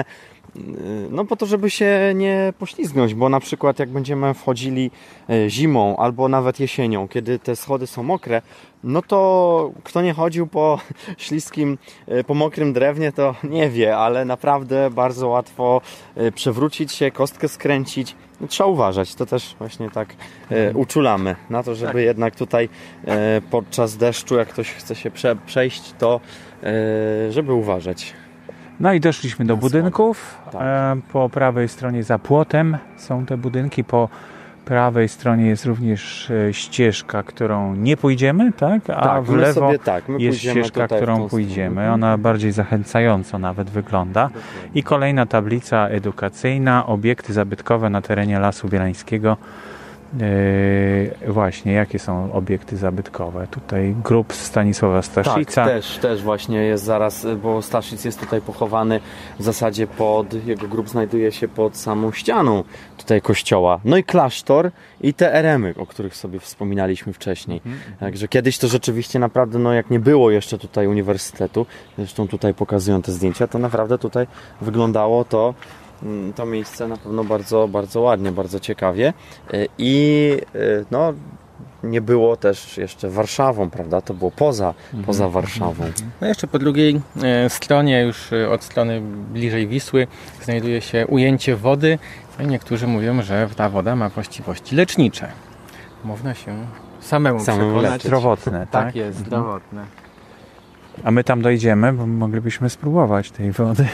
No po to, żeby się nie poślizgnąć, bo na przykład jak będziemy wchodzili zimą albo nawet jesienią, kiedy te schody są mokre, no to kto nie chodził po śliskim, po mokrym drewnie, to nie wie, ale naprawdę bardzo łatwo przewrócić się, kostkę skręcić. Trzeba uważać, to też właśnie tak uczulamy na to, żeby jednak tutaj podczas deszczu, jak ktoś chce się przejść, to żeby uważać. No i doszliśmy do budynków. Tak. Po prawej stronie za płotem są te budynki, po prawej stronie jest również ścieżka, którą nie pójdziemy, tak? A Tak, w my lewo sobie my jest pójdziemy ścieżka, tutaj w którą tą pójdziemy. stronę. Ona bardziej zachęcająco nawet wygląda. I kolejna tablica edukacyjna, obiekty zabytkowe na terenie Lasu Bielańskiego. Właśnie, jakie są obiekty zabytkowe? Tutaj grób Stanisława Staszica. Tak, też właśnie jest zaraz, bo Staszic jest tutaj pochowany w zasadzie jego grób znajduje się pod samą ścianą tutaj kościoła. No i klasztor i te eremy, o których sobie wspominaliśmy wcześniej. Także kiedyś to rzeczywiście naprawdę, no jak nie było jeszcze tutaj uniwersytetu, zresztą tutaj pokazują te zdjęcia, to naprawdę tutaj wyglądało to miejsce na pewno bardzo, bardzo ładnie, bardzo ciekawie i no nie było też jeszcze Warszawą, prawda? To było poza Warszawą. No jeszcze po drugiej stronie, już od strony bliżej Wisły, znajduje się ujęcie wody. No i niektórzy mówią, że ta woda ma właściwości lecznicze. Można się samemu przekonać. leczyć. Zdrowotne, tak? Tak jest, zdrowotne. A my tam dojdziemy, bo moglibyśmy spróbować tej wody.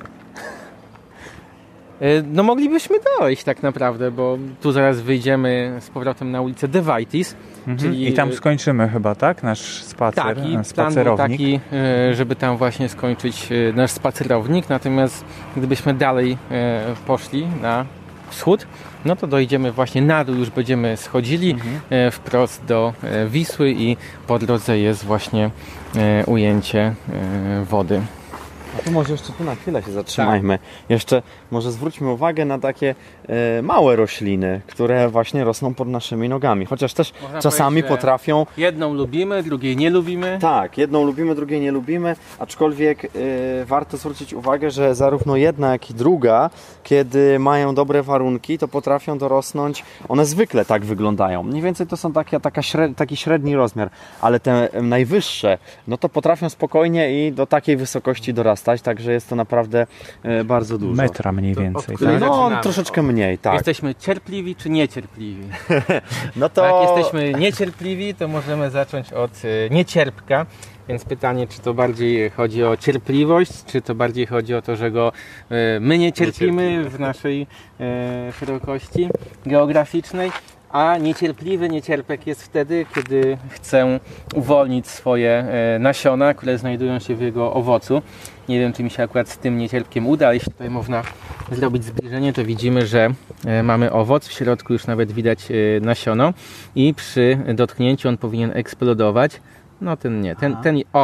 No moglibyśmy dojść tak naprawdę, bo tu zaraz wyjdziemy z powrotem na ulicę De Waitis. Czyli I tam skończymy chyba, tak? Nasz spacer, tak, i plan był spacerownik. taki, żeby tam właśnie skończyć nasz spacerownik, natomiast gdybyśmy dalej poszli na wschód, no to dojdziemy właśnie na dół, już będziemy schodzili wprost do Wisły i po drodze jest właśnie ujęcie wody. A tu może jeszcze tu na chwilę się zatrzymajmy. Jeszcze może zwróćmy uwagę na takie małe rośliny, które właśnie rosną pod naszymi nogami. Chociaż też Można czasami powiedzieć, że potrafią... jedną lubimy, drugiej nie lubimy. Tak, jedną lubimy, drugiej nie lubimy, aczkolwiek warto zwrócić uwagę, że zarówno jedna, jak i druga, kiedy mają dobre warunki, to potrafią dorosnąć, one zwykle tak wyglądają. Mniej więcej to są taki średni rozmiar, ale te najwyższe, no to potrafią spokojnie i do takiej wysokości dorastać, także jest to naprawdę bardzo dużo. Metra mniej więcej, której tak? No, zaczynamy. troszeczkę mniej, tak. Jesteśmy cierpliwi czy niecierpliwi? No To... to... Jak jesteśmy niecierpliwi, to możemy zacząć od niecierpka. Więc pytanie, czy to bardziej chodzi o cierpliwość, czy to bardziej chodzi o to, że go my nie cierpimy w naszej szerokości geograficznej, a niecierpek jest wtedy, kiedy chce uwolnić swoje nasiona, które znajdują się w jego owocu. Nie wiem, czy mi się akurat z tym niecierpkiem uda, ale jeśli tutaj można zrobić zbliżenie, to widzimy, że mamy owoc, w środku już nawet widać nasiono i przy dotknięciu on powinien eksplodować. No ten nie, ten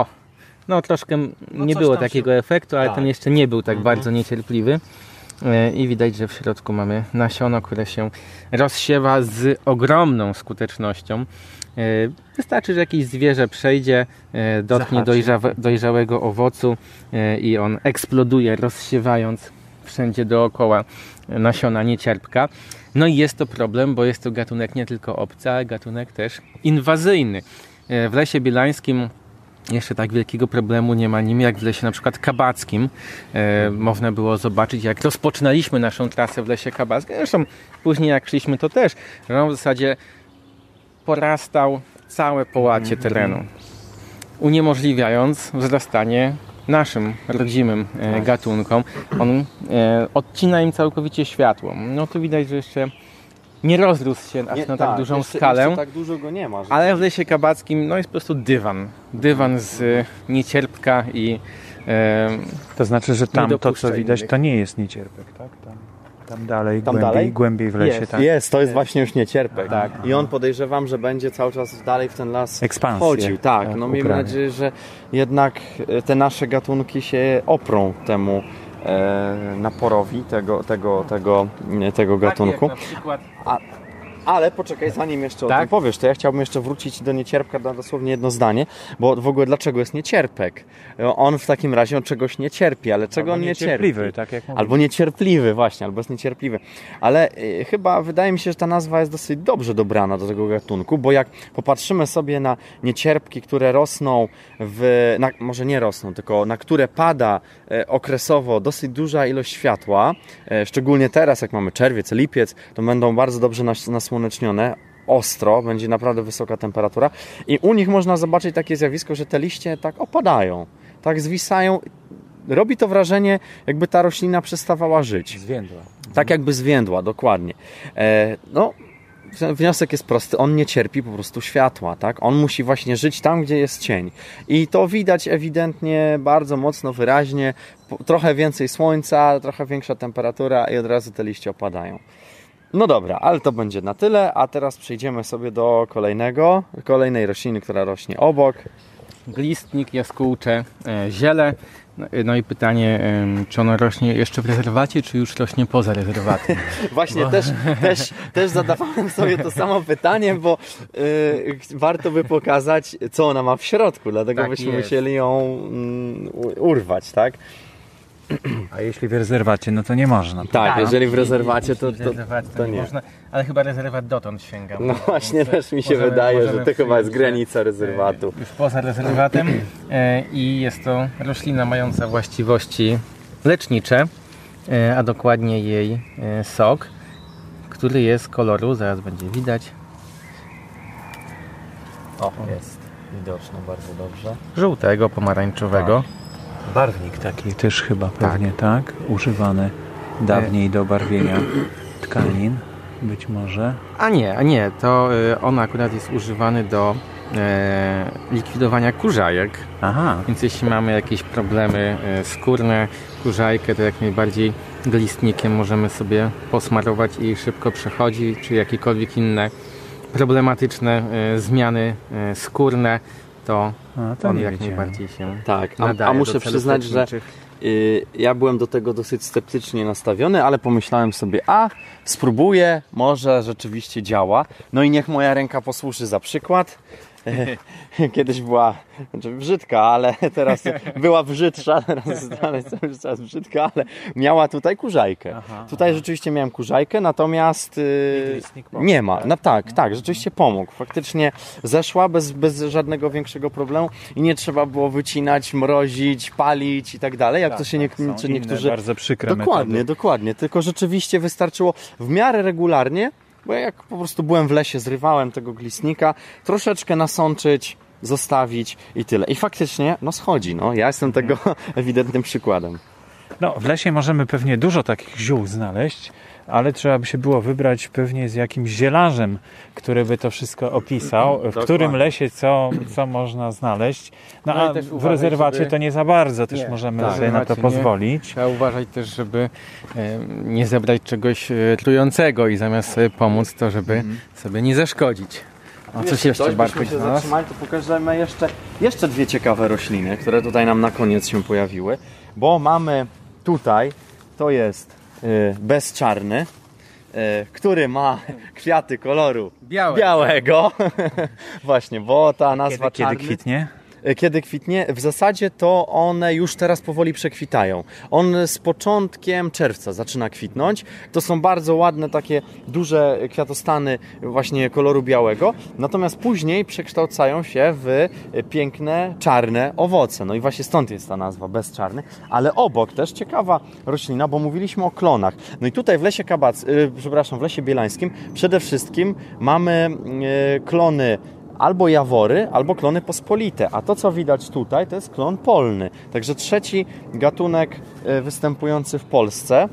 no troszkę nie było takiego efektu, ale ten jeszcze nie był tak bardzo niecierpliwy. I widać, że w środku mamy nasiono, które się rozsiewa z ogromną skutecznością. Wystarczy, że jakieś zwierzę przejdzie, dotknie dojrzałego owocu i on eksploduje, rozsiewając wszędzie dookoła nasiona niecierpka. No i jest to problem, bo jest to gatunek nie tylko obcy, ale gatunek też inwazyjny. W Lesie Bielańskim jeszcze tak wielkiego problemu nie ma nim jak w lesie na przykład kabackim. Można było zobaczyć, jak rozpoczynaliśmy naszą trasę w lesie kabackim. Zresztą później jak szliśmy, to też. Że on w zasadzie porastał całe połacie terenu, uniemożliwiając wzrastanie naszym rodzimym gatunkom. On odcina im całkowicie światło. No tu widać, że jeszcze nie rozrósł się aż na tak dużą skalę. Jeszcze tak dużo go nie ma. Ale w lesie kabackim no jest po prostu dywan z niecierpka i To znaczy, że tam to, dopuszcza co widać, innych. to nie jest niecierpek, tak? Tam dalej, Tam głębiej, dalej? głębiej w lesie, Jest. tak? Jest, to jest właśnie już niecierpek. Tak. I on podejrzewam, że będzie cały czas dalej w ten las Ekspansję. chodził. Tak, no miejmy uprawia. nadzieję, że jednak te nasze gatunki się oprą temu naporowi tego gatunku. Tak jak na przykład Ale poczekaj, zanim jeszcze o Tak? tym powiesz, to ja chciałbym jeszcze wrócić do niecierpka na dosłownie jedno zdanie, bo w ogóle dlaczego jest niecierpek? On w takim razie od czegoś nie cierpi, ale czego on nie cierpi? Niecierpliwy, tak jak mówię. Albo niecierpliwy, właśnie, albo jest niecierpliwy. Ale chyba wydaje mi się, że ta nazwa jest dosyć dobrze dobrana do tego gatunku, bo jak popatrzymy sobie na niecierpki, które rosną może nie rosną, tylko na które pada okresowo dosyć duża ilość światła, szczególnie teraz, jak mamy czerwiec, lipiec, to będą bardzo dobrze nasłonecznione, ostro, będzie naprawdę wysoka temperatura i u nich można zobaczyć takie zjawisko, że te liście tak opadają, tak zwisają. Robi to wrażenie, jakby ta roślina przestawała żyć. Zwiędła. Tak jakby zwiędła, dokładnie. No, wniosek jest prosty, on nie cierpi po prostu światła, tak? On musi właśnie żyć tam, gdzie jest cień. I to widać ewidentnie bardzo mocno, wyraźnie. Trochę więcej słońca, trochę większa temperatura i od razu te liście opadają. No dobra, ale to będzie na tyle, a teraz przejdziemy sobie do kolejnej rośliny, która rośnie obok. Glistnik, jaskółcze, ziele. No i pytanie, czy ono rośnie jeszcze w rezerwacie, czy już rośnie poza rezerwatem? Właśnie też zadawałem sobie to samo pytanie, bo warto by pokazać, co ona ma w środku, dlatego Tak byśmy jest. musieli ją urwać, tak? A jeśli w rezerwacie, no to nie można. Tak, jeżeli w rezerwacie, Jeśli w rezerwacie to nie. można, ale chyba rezerwat dotąd sięga. No właśnie, też mi się wydaje, że to chyba jest granica rezerwatu. Już poza rezerwatem i jest to roślina mająca właściwości lecznicze, a dokładnie jej sok, który jest koloru, zaraz będzie widać, O, jest widoczne bardzo dobrze. żółtego, pomarańczowego. Barwnik taki też chyba pewnie, tak? Używany dawniej do barwienia tkanin, być może. A nie, to on akurat jest używany do likwidowania kurzajek. Aha, Więc jeśli mamy jakieś problemy skórne, kurzajkę, to jak najbardziej glistnikiem możemy sobie posmarować i szybko przechodzi, czy jakiekolwiek inne problematyczne zmiany skórne, to to on nie jak wiedziałem. najbardziej się Tak, nadaje a muszę do celów przyznać, że leczniczych. ja byłem do tego dosyć sceptycznie nastawiony, ale pomyślałem sobie, spróbuję, może rzeczywiście działa. No i niech moja ręka posłuży za przykład. Kiedyś była brzydka, ale teraz była brzydsza, teraz dalej cały czas brzydka, ale miała tutaj kurzajkę. Tutaj rzeczywiście miałem kurzajkę, natomiast nie ma. No tak, rzeczywiście pomógł. Faktycznie zeszła bez żadnego większego problemu i nie trzeba było wycinać, mrozić, palić i tak dalej, jak to się niektórzy... bardzo przykre metody. Dokładnie. Tylko rzeczywiście wystarczyło w miarę regularnie, bo jak po prostu byłem w lesie, zrywałem tego glistnika, troszeczkę nasączyć, zostawić i tyle. I faktycznie, schodzi. Ja jestem tego ewidentnym przykładem. No, w lesie możemy pewnie dużo takich ziół znaleźć, ale trzeba by się było wybrać pewnie z jakimś zielarzem, który by to wszystko opisał, w którym lesie co można znaleźć. No i a też w uważaj, rezerwacie żeby- to nie za bardzo też Nie, możemy tak, sobie na to rezerwacie nie. pozwolić. Trzeba uważać też, żeby nie zebrać czegoś trującego i zamiast sobie pomóc, to żeby sobie nie zaszkodzić. A coś jeszcze Bartek się znalazł? zatrzymali, to pokażemy jeszcze dwie ciekawe rośliny, które tutaj nam na koniec się pojawiły, bo mamy tutaj, to jest bezczarny, który ma kwiaty koloru białego. Właśnie, bo ta nazwa Kiedy czarny... kwitnie? Kiedy kwitnie? W zasadzie to one już teraz powoli przekwitają. On z początkiem czerwca zaczyna kwitnąć. To są bardzo ładne, takie duże kwiatostany właśnie koloru białego. Natomiast później przekształcają się w piękne, czarne owoce. No i właśnie stąd jest ta nazwa, bezczarny. Ale obok też ciekawa roślina, bo mówiliśmy o klonach. No i tutaj w lesie w lesie bielańskim przede wszystkim mamy klony albo jawory, albo klony pospolite. A to, co widać tutaj, to jest klon polny. Także trzeci gatunek występujący w Polsce,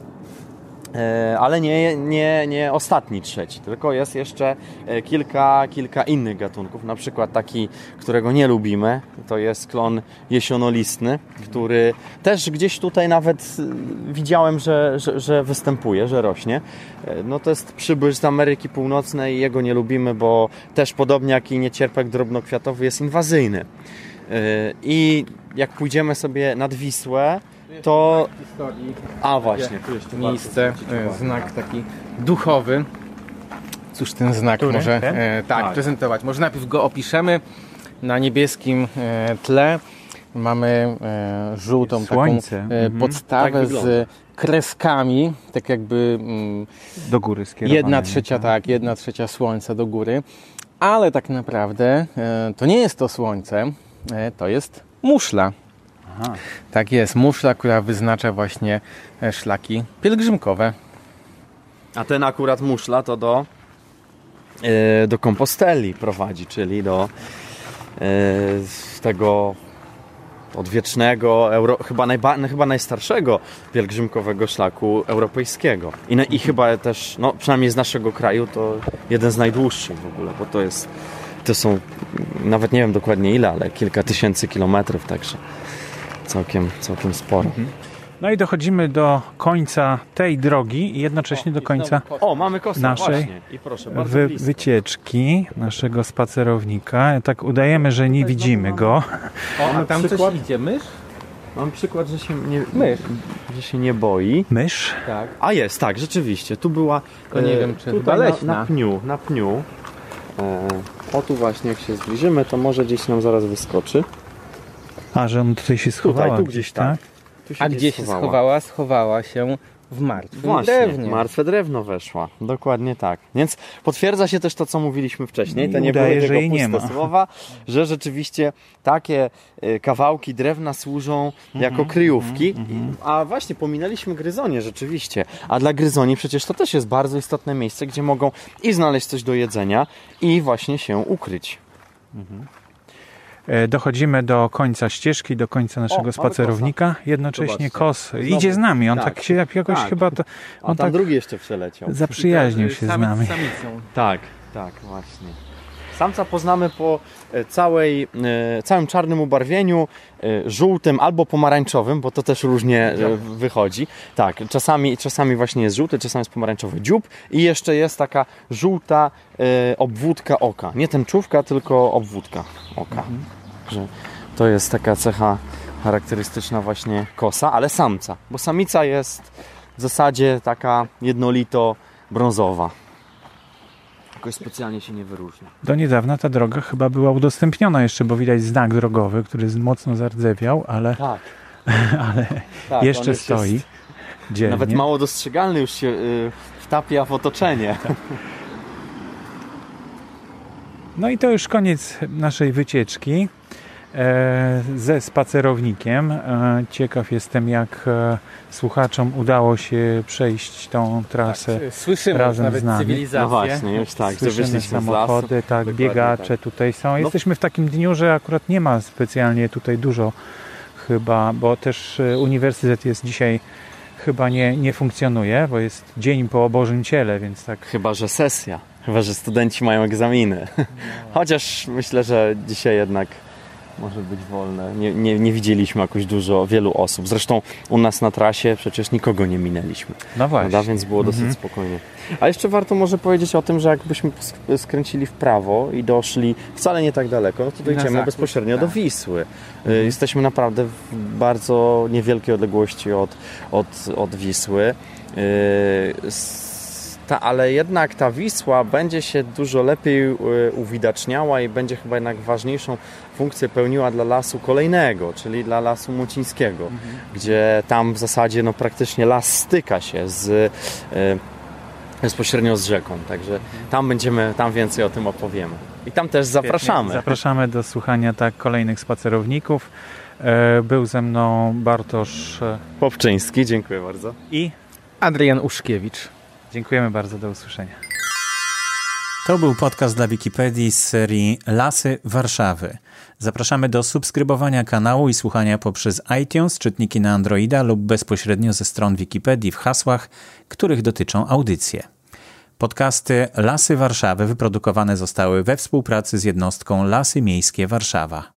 ale nie ostatni trzeci, tylko jest jeszcze kilka innych gatunków. Na przykład taki, którego nie lubimy, to jest klon jesionolistny, który też gdzieś tutaj nawet widziałem, że występuje, że rośnie. No to jest przybysz z Ameryki Północnej i jego nie lubimy, bo też podobnie jak i niecierpek drobnokwiatowy jest inwazyjny. I jak pójdziemy sobie nad Wisłę, to... A właśnie, tu jeszcze Miejsce, znak taki duchowy. Cóż ten znak Który? może Ten? tak prezentować? Może najpierw go opiszemy. Na niebieskim tle mamy żółtą Jest taką słońce. podstawę Tak wygląda. z kreskami, tak jakby Do góry skierowane. 1/3 słońca do góry. Ale tak naprawdę to nie jest to słońce, to jest muszla. Aha. Tak jest, muszla, która wyznacza właśnie szlaki pielgrzymkowe. A ten akurat muszla to do Komposteli prowadzi, czyli do tego odwiecznego, chyba najstarszego pielgrzymkowego szlaku europejskiego. I chyba też, no przynajmniej z naszego kraju, to jeden z najdłuższych w ogóle, bo to są, nawet nie wiem dokładnie ile, ale kilka tysięcy kilometrów, także całkiem sporo. No i dochodzimy do końca tej drogi i jednocześnie do końca mamy kosę, naszej właśnie. I proszę, bardzo blisko. wycieczki naszego spacerownika. Tak udajemy, że nie widzimy go. O, a tam przykład? coś idzie, mysz? Mam przykład, że Mysz. się nie boi. Mysz. Tak. A jest, tak, rzeczywiście. Tu była To nie wiem, czy tutaj chyba leśna. na pniu. O tu właśnie, jak się zbliżymy, to może gdzieś nam zaraz wyskoczy. A, że on tutaj się schowała. Tutaj, tu gdzieś tak. Tu A gdzie się schowała? Schowała się w martwym Właśnie, drewnie. martwe drewno weszła. Dokładnie tak. Więc potwierdza się też to, co mówiliśmy wcześniej. To nie Udaje, były że tylko jej nie puste ma. słowa, że rzeczywiście takie kawałki drewna służą jako kryjówki. A właśnie, pominęliśmy gryzonie rzeczywiście. A dla gryzoni przecież to też jest bardzo istotne miejsce, gdzie mogą i znaleźć coś do jedzenia i właśnie się ukryć. Dochodzimy do końca ścieżki, do końca naszego mamy spacerownika. Jednocześnie Zobaczcie. kos Znowu. idzie z nami. On Tak. tak się jakoś Tak. chyba... A On tam tak drugi jeszcze przeleciał. zaprzyjaźnił się z Samiec nami. z samicą. Tak, właśnie. Samca poznamy po całym czarnym ubarwieniu, żółtym albo pomarańczowym, bo to też różnie wychodzi. Tak, czasami właśnie jest żółty, czasami jest pomarańczowy dziób i jeszcze jest taka żółta obwódka oka. Nie tęczówka, tylko obwódka oka. Że to jest taka cecha charakterystyczna właśnie kosa, ale samca, bo samica jest w zasadzie taka jednolito brązowa. Jakoś specjalnie się nie wyróżnia. Do niedawna ta droga chyba była udostępniona jeszcze, bo widać znak drogowy, który mocno zardzewiał, ale Tak. ale jeszcze on już stoi jest dzielnie. nawet mało dostrzegalny, już się wtapia w otoczenie. No i to już koniec naszej wycieczki ze spacerownikiem. Ciekaw jestem, jak słuchaczom udało się przejść tą trasę. Słyszymy razem nawet z nami. cywilizację. No właśnie, już tak, że Słyszymy wyszliśmy z lasu. samochody, tak, Dokładnie biegacze tak. tutaj są. Jesteśmy w takim dniu, że akurat nie ma specjalnie tutaj dużo chyba, bo też uniwersytet jest dzisiaj chyba nie funkcjonuje, bo jest dzień po Bożym Ciele, więc tak. Chyba że sesja, chyba że studenci mają egzaminy. Chociaż myślę, że dzisiaj jednak może być wolne. Nie widzieliśmy jakoś wielu osób. Zresztą u nas na trasie przecież nikogo nie minęliśmy. No właśnie. Prawda? Więc było dosyć spokojnie. A jeszcze warto może powiedzieć o tym, że jakbyśmy skręcili w prawo i doszli wcale nie tak daleko, no to dojdziemy zachód, bezpośrednio do tak. Wisły. Jesteśmy naprawdę w bardzo niewielkiej odległości od Wisły. Ale jednak ta Wisła będzie się dużo lepiej uwidaczniała i będzie chyba jednak ważniejszą funkcję pełniła dla lasu kolejnego, czyli dla lasu młocińskiego, gdzie tam w zasadzie praktycznie las styka się bezpośrednio z rzeką, także tam więcej o tym opowiemy. I tam też zapraszamy. Zapraszamy do słuchania kolejnych spacerowników. Był ze mną Bartosz Popczyński, dziękuję bardzo. i Adrian Uszkiewicz. dziękujemy bardzo, do usłyszenia. To był podcast dla Wikipedii z serii Lasy Warszawy. Zapraszamy do subskrybowania kanału i słuchania poprzez iTunes, czytniki na Androida lub bezpośrednio ze stron Wikipedii w hasłach, których dotyczą audycje. Podcasty Lasy Warszawy wyprodukowane zostały we współpracy z jednostką Lasy Miejskie Warszawa.